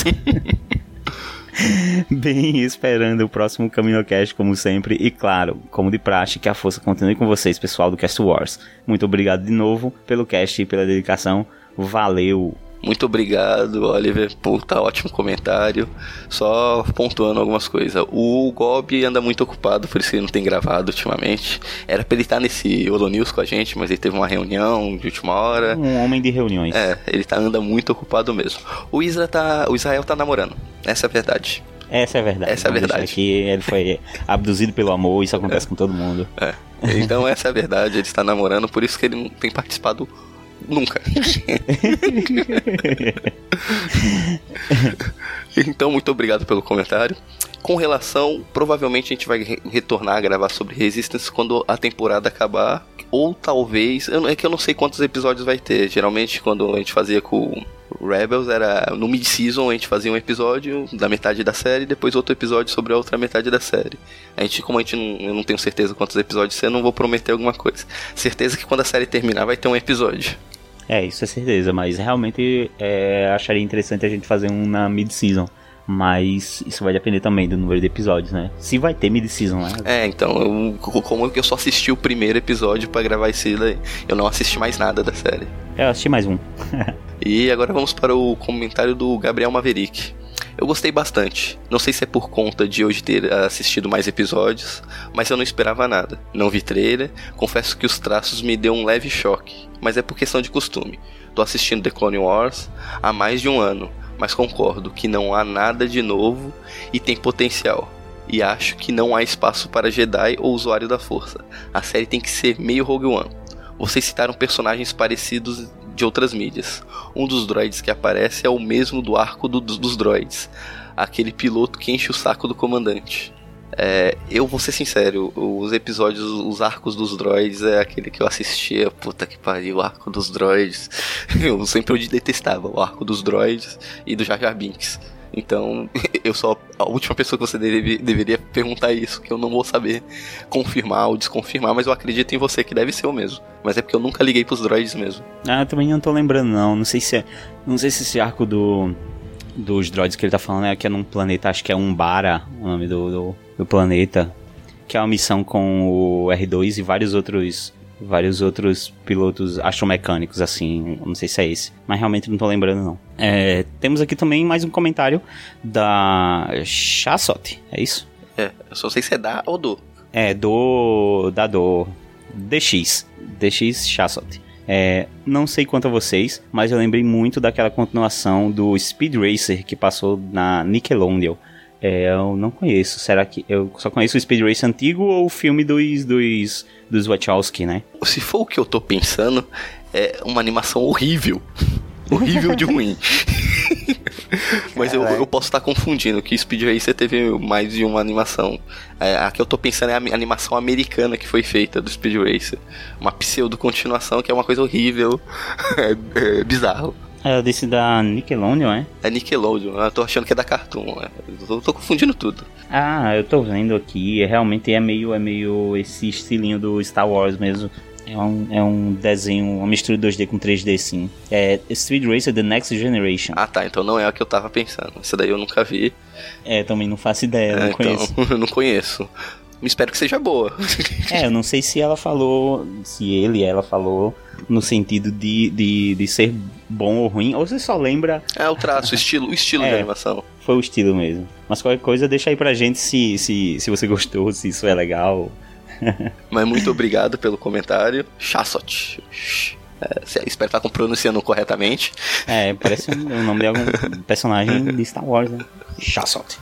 Bem, esperando o próximo CaminoCast, como sempre. E claro, como de praxe, que a força continue com vocês, pessoal do Cast Wars. Muito obrigado de novo pelo cast e pela dedicação. Valeu! Muito obrigado, Oliver, por ótimo comentário. Só pontuando algumas coisas. O Gob anda muito ocupado, por isso que ele não tem gravado ultimamente. Era pra ele estar nesse Holonews com a gente, mas ele teve uma reunião de última hora. Um homem de reuniões. Ele anda muito ocupado mesmo. O Israel tá namorando, essa é a verdade. Essa é a verdade. Essa é a verdade. Aqui ele foi abduzido pelo amor, isso acontece com todo mundo. Então essa é a verdade, ele está namorando, por isso que ele não tem participado nunca. Então, muito obrigado pelo comentário. Com relação, provavelmente a gente vai retornar a gravar sobre Resistance quando a temporada acabar. Ou talvez, é que eu não sei quantos episódios vai ter. Geralmente quando a gente fazia com Rebels, era no mid-season, a gente fazia um episódio da metade da série e depois outro episódio sobre a outra metade da série. Eu não tenho certeza quantos episódios ser, eu não vou prometer alguma coisa. Certeza que quando a série terminar vai ter um episódio. Isso é certeza, mas realmente acharia interessante a gente fazer um na mid-season. Mas isso vai depender também do número de episódios, né? Se vai ter mid-season, né? Então, como eu só assisti o primeiro episódio pra gravar esse daí, eu não assisti mais nada da série. Eu assisti mais um. E agora vamos para o comentário do Gabriel Maverick. Eu gostei bastante. Não sei se é por conta de hoje ter assistido mais episódios, mas eu não esperava nada. Não vi trailer, confesso que os traços me deu um leve choque, mas é por questão de costume. Tô assistindo The Clone Wars há mais de um ano, mas concordo que não há nada de novo e tem potencial. E acho que não há espaço para Jedi ou usuário da força. A série tem que ser meio Rogue One. Vocês citaram personagens parecidos de outras mídias. Um dos droids que aparece é o mesmo do arco dos droids. Aquele piloto que enche o saco do comandante. Eu vou ser sincero, os episódios, os arcos dos droids é aquele que eu assistia, puta que pariu, o arco dos droids. Eu sempre detestava o arco dos droids e do Jar Jar Binks. Então, a última pessoa que você deveria perguntar isso, que eu não vou saber confirmar ou desconfirmar, mas eu acredito em você que deve ser o mesmo. Mas é porque eu nunca liguei pros droids mesmo. Eu também não tô lembrando não sei se esse arco dos droids que ele tá falando que é num planeta, acho que é Umbara, o nome do planeta, que é uma missão com o R2 e vários outros pilotos astromecânicos, assim, não sei se é esse, mas realmente não tô lembrando não. Temos aqui também mais um comentário da Chassot, é isso? Eu só sei se é da ou do. do DX Chasot. Não sei quanto a vocês, mas eu lembrei muito daquela continuação do Speed Racer que passou na Nickelodeon. Eu não conheço. Será que eu só conheço o Speed Racer antigo ou o filme dos Wachowski, né? Se for o que eu tô pensando, é uma animação horrível. Horrível de ruim. Mas eu posso estar confundindo, que Speed Racer teve mais de uma animação. A que eu tô pensando é a animação americana que foi feita do Speed Racer. Uma pseudo-continuação que é uma coisa horrível. É bizarro. Eu disse da Nickelodeon, é? É Nickelodeon, eu tô achando que é da Cartoon. Eu tô confundindo tudo. Eu tô vendo aqui, realmente é meio esse estilinho do Star Wars mesmo. É um desenho, uma mistura 2D com 3D, sim. É Speed Racer The Next Generation. Tá, então não é a que eu tava pensando. Essa daí eu nunca vi. Também não faço ideia, não conheço. Então, eu não conheço. Espero que seja boa. Eu não sei se ela falou, ela falou no sentido de ser bom ou ruim, ou você só lembra... o traço, o estilo de animação. Foi o estilo mesmo. Mas qualquer coisa, deixa aí pra gente se você gostou, se isso é legal. Mas muito obrigado pelo comentário. Chasot. Espero estar pronunciando corretamente. Parece o nome de algum personagem de Star Wars, né? Chasot.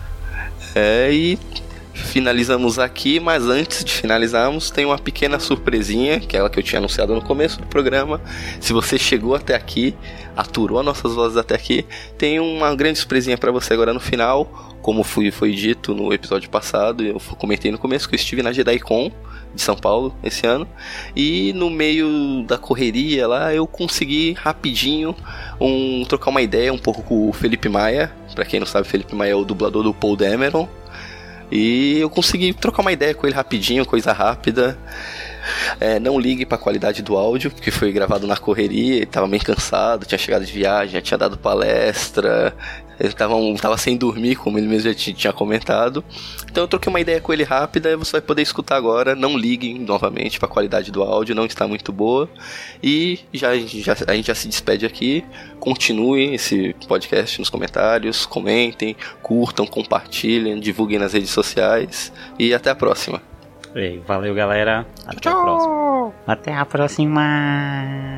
E finalizamos aqui, mas antes de finalizarmos, tem uma pequena surpresinha, que é ela que eu tinha anunciado no começo do programa. Se você chegou até aqui, aturou nossas vozes até aqui, tem uma grande surpresinha pra você agora no final. Como foi dito no episódio passado, eu comentei no começo que eu estive na JediCon de São Paulo esse ano, e no meio da correria lá eu consegui rapidinho trocar uma ideia um pouco com o Felipe Maia. Pra quem não sabe, Felipe Maia é o dublador do Paul Dameron, e eu consegui trocar uma ideia com ele rapidinho, coisa rápida. Não ligue pra qualidade do áudio, porque foi gravado na correria, ele tava meio cansado, tinha chegado de viagem, já tinha dado palestra, ele tava sem dormir, como ele mesmo já tinha comentado. Então eu troquei uma ideia com ele rápida e você vai poder escutar agora. Não liguem novamente pra qualidade do áudio, não está muito boa. E a gente já se despede aqui. Continuem esse podcast nos comentários, comentem, curtam, compartilhem, divulguem nas redes sociais e até a próxima. Valeu, galera. Até a próxima. Até a próxima.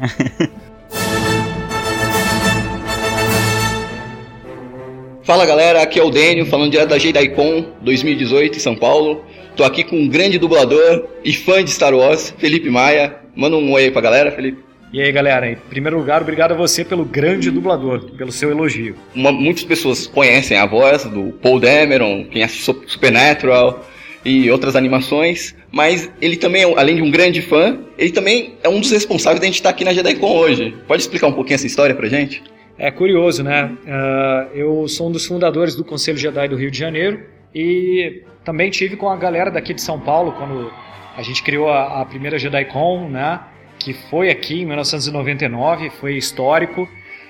Fala, galera, aqui é o Dênio, falando direto da JediCon 2018 em São Paulo. Tô aqui com um grande dublador e fã de Star Wars, Felipe Maia. Manda um oi aí pra galera, Felipe. E aí, galera, em primeiro lugar, obrigado a você pelo grande dublador, pelo seu elogio. Muitas pessoas conhecem a voz do Paul Dameron, quem assiste Supernatural e outras animações, mas ele também, além de um grande fã, ele também é um dos responsáveis de a gente estar aqui na JediCon hoje. Pode explicar um pouquinho essa história pra gente? É curioso, né? Eu sou um dos fundadores do Conselho Jedi do Rio de Janeiro e também tive com a galera daqui de São Paulo quando a gente criou a primeira JediCon, né? Que foi aqui em 1999, foi histórico.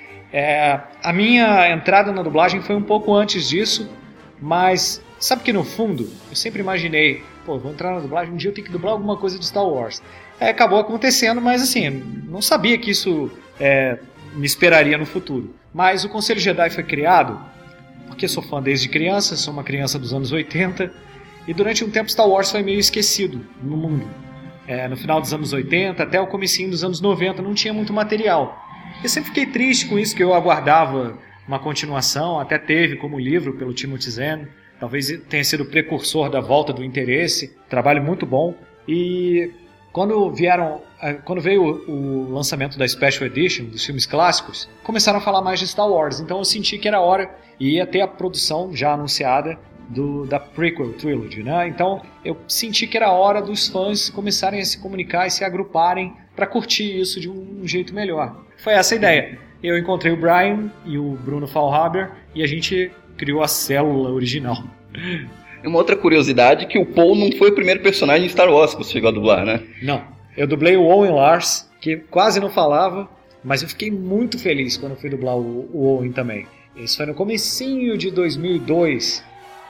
A minha entrada na dublagem foi um pouco antes disso, mas sabe que no fundo eu sempre imaginei, vou entrar na dublagem, um dia eu tenho que dublar alguma coisa de Star Wars. Acabou acontecendo, mas assim, não sabia que isso me esperaria no futuro. Mas o Conselho Jedi foi criado porque sou fã desde criança, sou uma criança dos anos 80, e durante um tempo Star Wars foi meio esquecido no mundo. No final dos anos 80 até o comecinho dos anos 90 não tinha muito material. Eu sempre fiquei triste com isso, que eu aguardava uma continuação, até teve como livro pelo Timothy Zahn, talvez tenha sido o precursor da volta do interesse, trabalho muito bom. E quando veio o lançamento da Special Edition, dos filmes clássicos, começaram a falar mais de Star Wars, então eu senti que era hora, e ia ter a produção já anunciada da prequel trilogy, né? Então eu senti que era hora dos fãs começarem a se comunicar e se agruparem para curtir isso de um jeito melhor. Foi essa a ideia. Eu encontrei o Brian e o Bruno Faulhaber e a gente criou a célula original. Uma outra curiosidade é que o Paul não foi o primeiro personagem de Star Wars que você chegou a dublar, né? Não. Eu dublei o Owen Lars, que quase não falava, mas eu fiquei muito feliz quando fui dublar o Owen também. Isso foi no comecinho de 2002.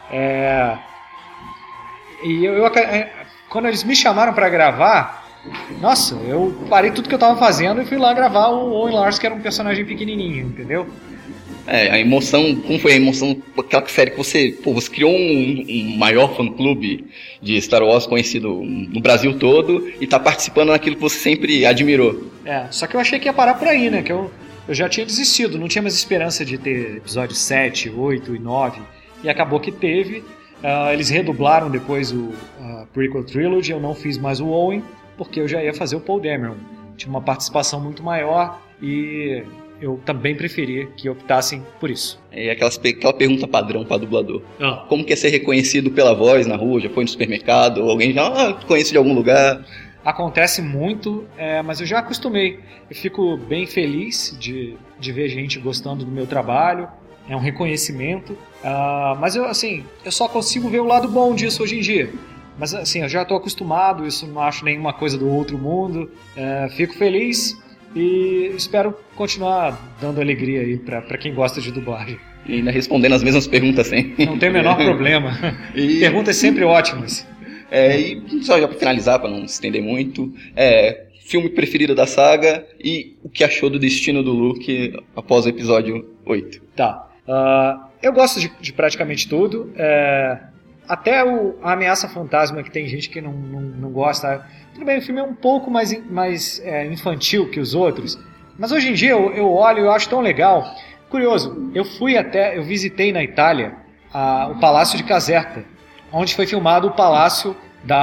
E quando eles me chamaram para gravar, nossa, eu parei tudo que eu tava fazendo e fui lá gravar o Owen Lars, que era um personagem pequenininho, entendeu? A emoção, como foi a emoção daquela série que você criou um maior fã-clube de Star Wars conhecido no Brasil todo e tá participando daquilo que você sempre admirou. Só que eu achei que ia parar por aí, né? Que eu já tinha desistido, não tinha mais esperança de ter episódios 7, 8 e 9, e acabou que teve. Eles redublaram depois o Prequel Trilogy, eu não fiz mais o Owen, porque eu já ia fazer o Paul Dameron. Tinha uma participação muito maior e eu também preferi que optassem por isso. É aquela pergunta padrão para dublador. Como que é ser reconhecido pela voz na rua? Já foi no supermercado? Ou alguém já conhece de algum lugar? Acontece muito, mas eu já acostumei. Eu fico bem feliz de ver gente gostando do meu trabalho. É um reconhecimento. Mas eu só consigo ver o lado bom disso hoje em dia. Mas assim, eu já estou acostumado, isso não acho nenhuma coisa do outro mundo. Fico feliz e espero continuar dando alegria aí para quem gosta de dublagem. E ainda respondendo as mesmas perguntas sempre. Não tem o menor problema. Perguntas sempre ótimas. E só já para finalizar, para não se estender muito, filme preferido da saga e o que achou do destino do Luke após o episódio 8. Tá. Eu gosto de praticamente tudo. Até a Ameaça Fantasma, que tem gente que não gosta. Tudo bem, o filme é um pouco mais infantil que os outros, mas hoje em dia eu olho e eu acho tão legal. Curioso, eu visitei na Itália o Palácio de Caserta, onde foi filmado o palácio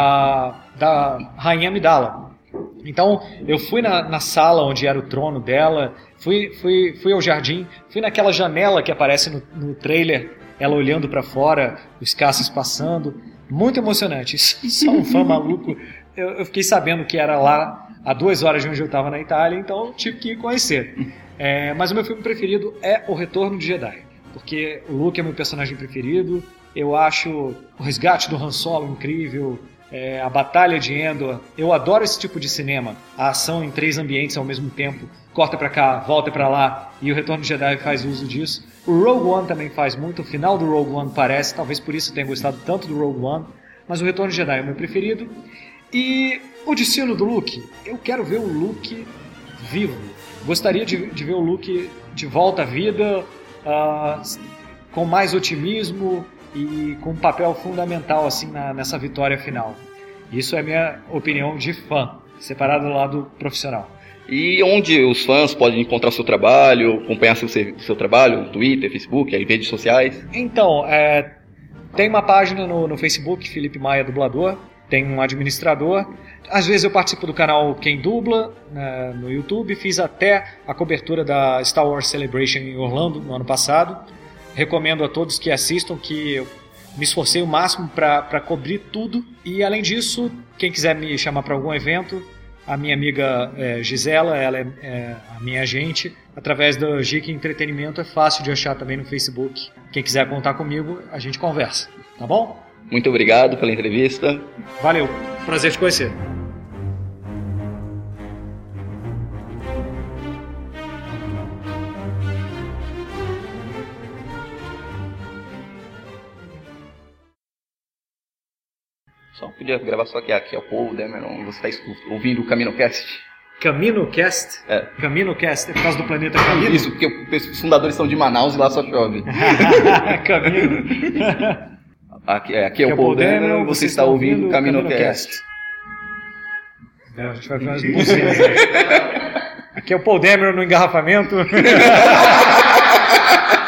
da Rainha Amidala. Então eu fui na sala onde era o trono dela, fui ao jardim, fui naquela janela que aparece no trailer, ela olhando para fora, os caças passando. Muito emocionante. Só um fã maluco. Eu fiquei sabendo que era lá a 2 horas de onde eu estava na Itália, então tive que ir conhecer. Mas o meu filme preferido é O Retorno de Jedi, porque o Luke é meu personagem preferido. Eu acho o resgate do Han Solo incrível, a Batalha de Endor. Eu adoro esse tipo de cinema, a ação em 3 ambientes ao mesmo tempo, corta pra cá, volta pra lá, e o Retorno de Jedi faz uso disso. O Rogue One também faz muito, o final do Rogue One parece, talvez por isso eu tenha gostado tanto do Rogue One, mas o Retorno de Jedi é o meu preferido. E o destino do Luke, eu quero ver o Luke vivo. Gostaria de ver o Luke de volta à vida, com mais otimismo e com um papel fundamental assim nessa vitória final. Isso é minha opinião de fã, separado do lado profissional. E onde os fãs podem encontrar o seu trabalho, acompanhar seu trabalho, no Twitter, Facebook, aí, redes sociais? Então, tem uma página no Facebook, Felipe Maia Dublador, tem um administrador. Às vezes eu participo do canal Quem Dubla, no YouTube. Fiz até a cobertura da Star Wars Celebration em Orlando, no ano passado. Recomendo a todos que assistam, que eu me esforcei o máximo para cobrir tudo. E além disso, quem quiser me chamar para algum evento, a minha amiga Gisela, ela é a minha agente. Através do Geek Entretenimento é fácil de achar também no Facebook. Quem quiser contar comigo, a gente conversa. Tá bom? Muito obrigado pela entrevista. Valeu, prazer te conhecer. Só podia gravar só aqui é o Paul Dameron, você está ouvindo o CaminoCast. CaminoCast? CaminoCast, é por causa do planeta Camino? Isso, porque os fundadores são de Manaus e lá só chove. Camino. Aqui é o Paul Dameron, você está ouvindo o CaminoCast. A gente vai ver umas buzinas. Aqui é o Paul Dameron no engarrafamento.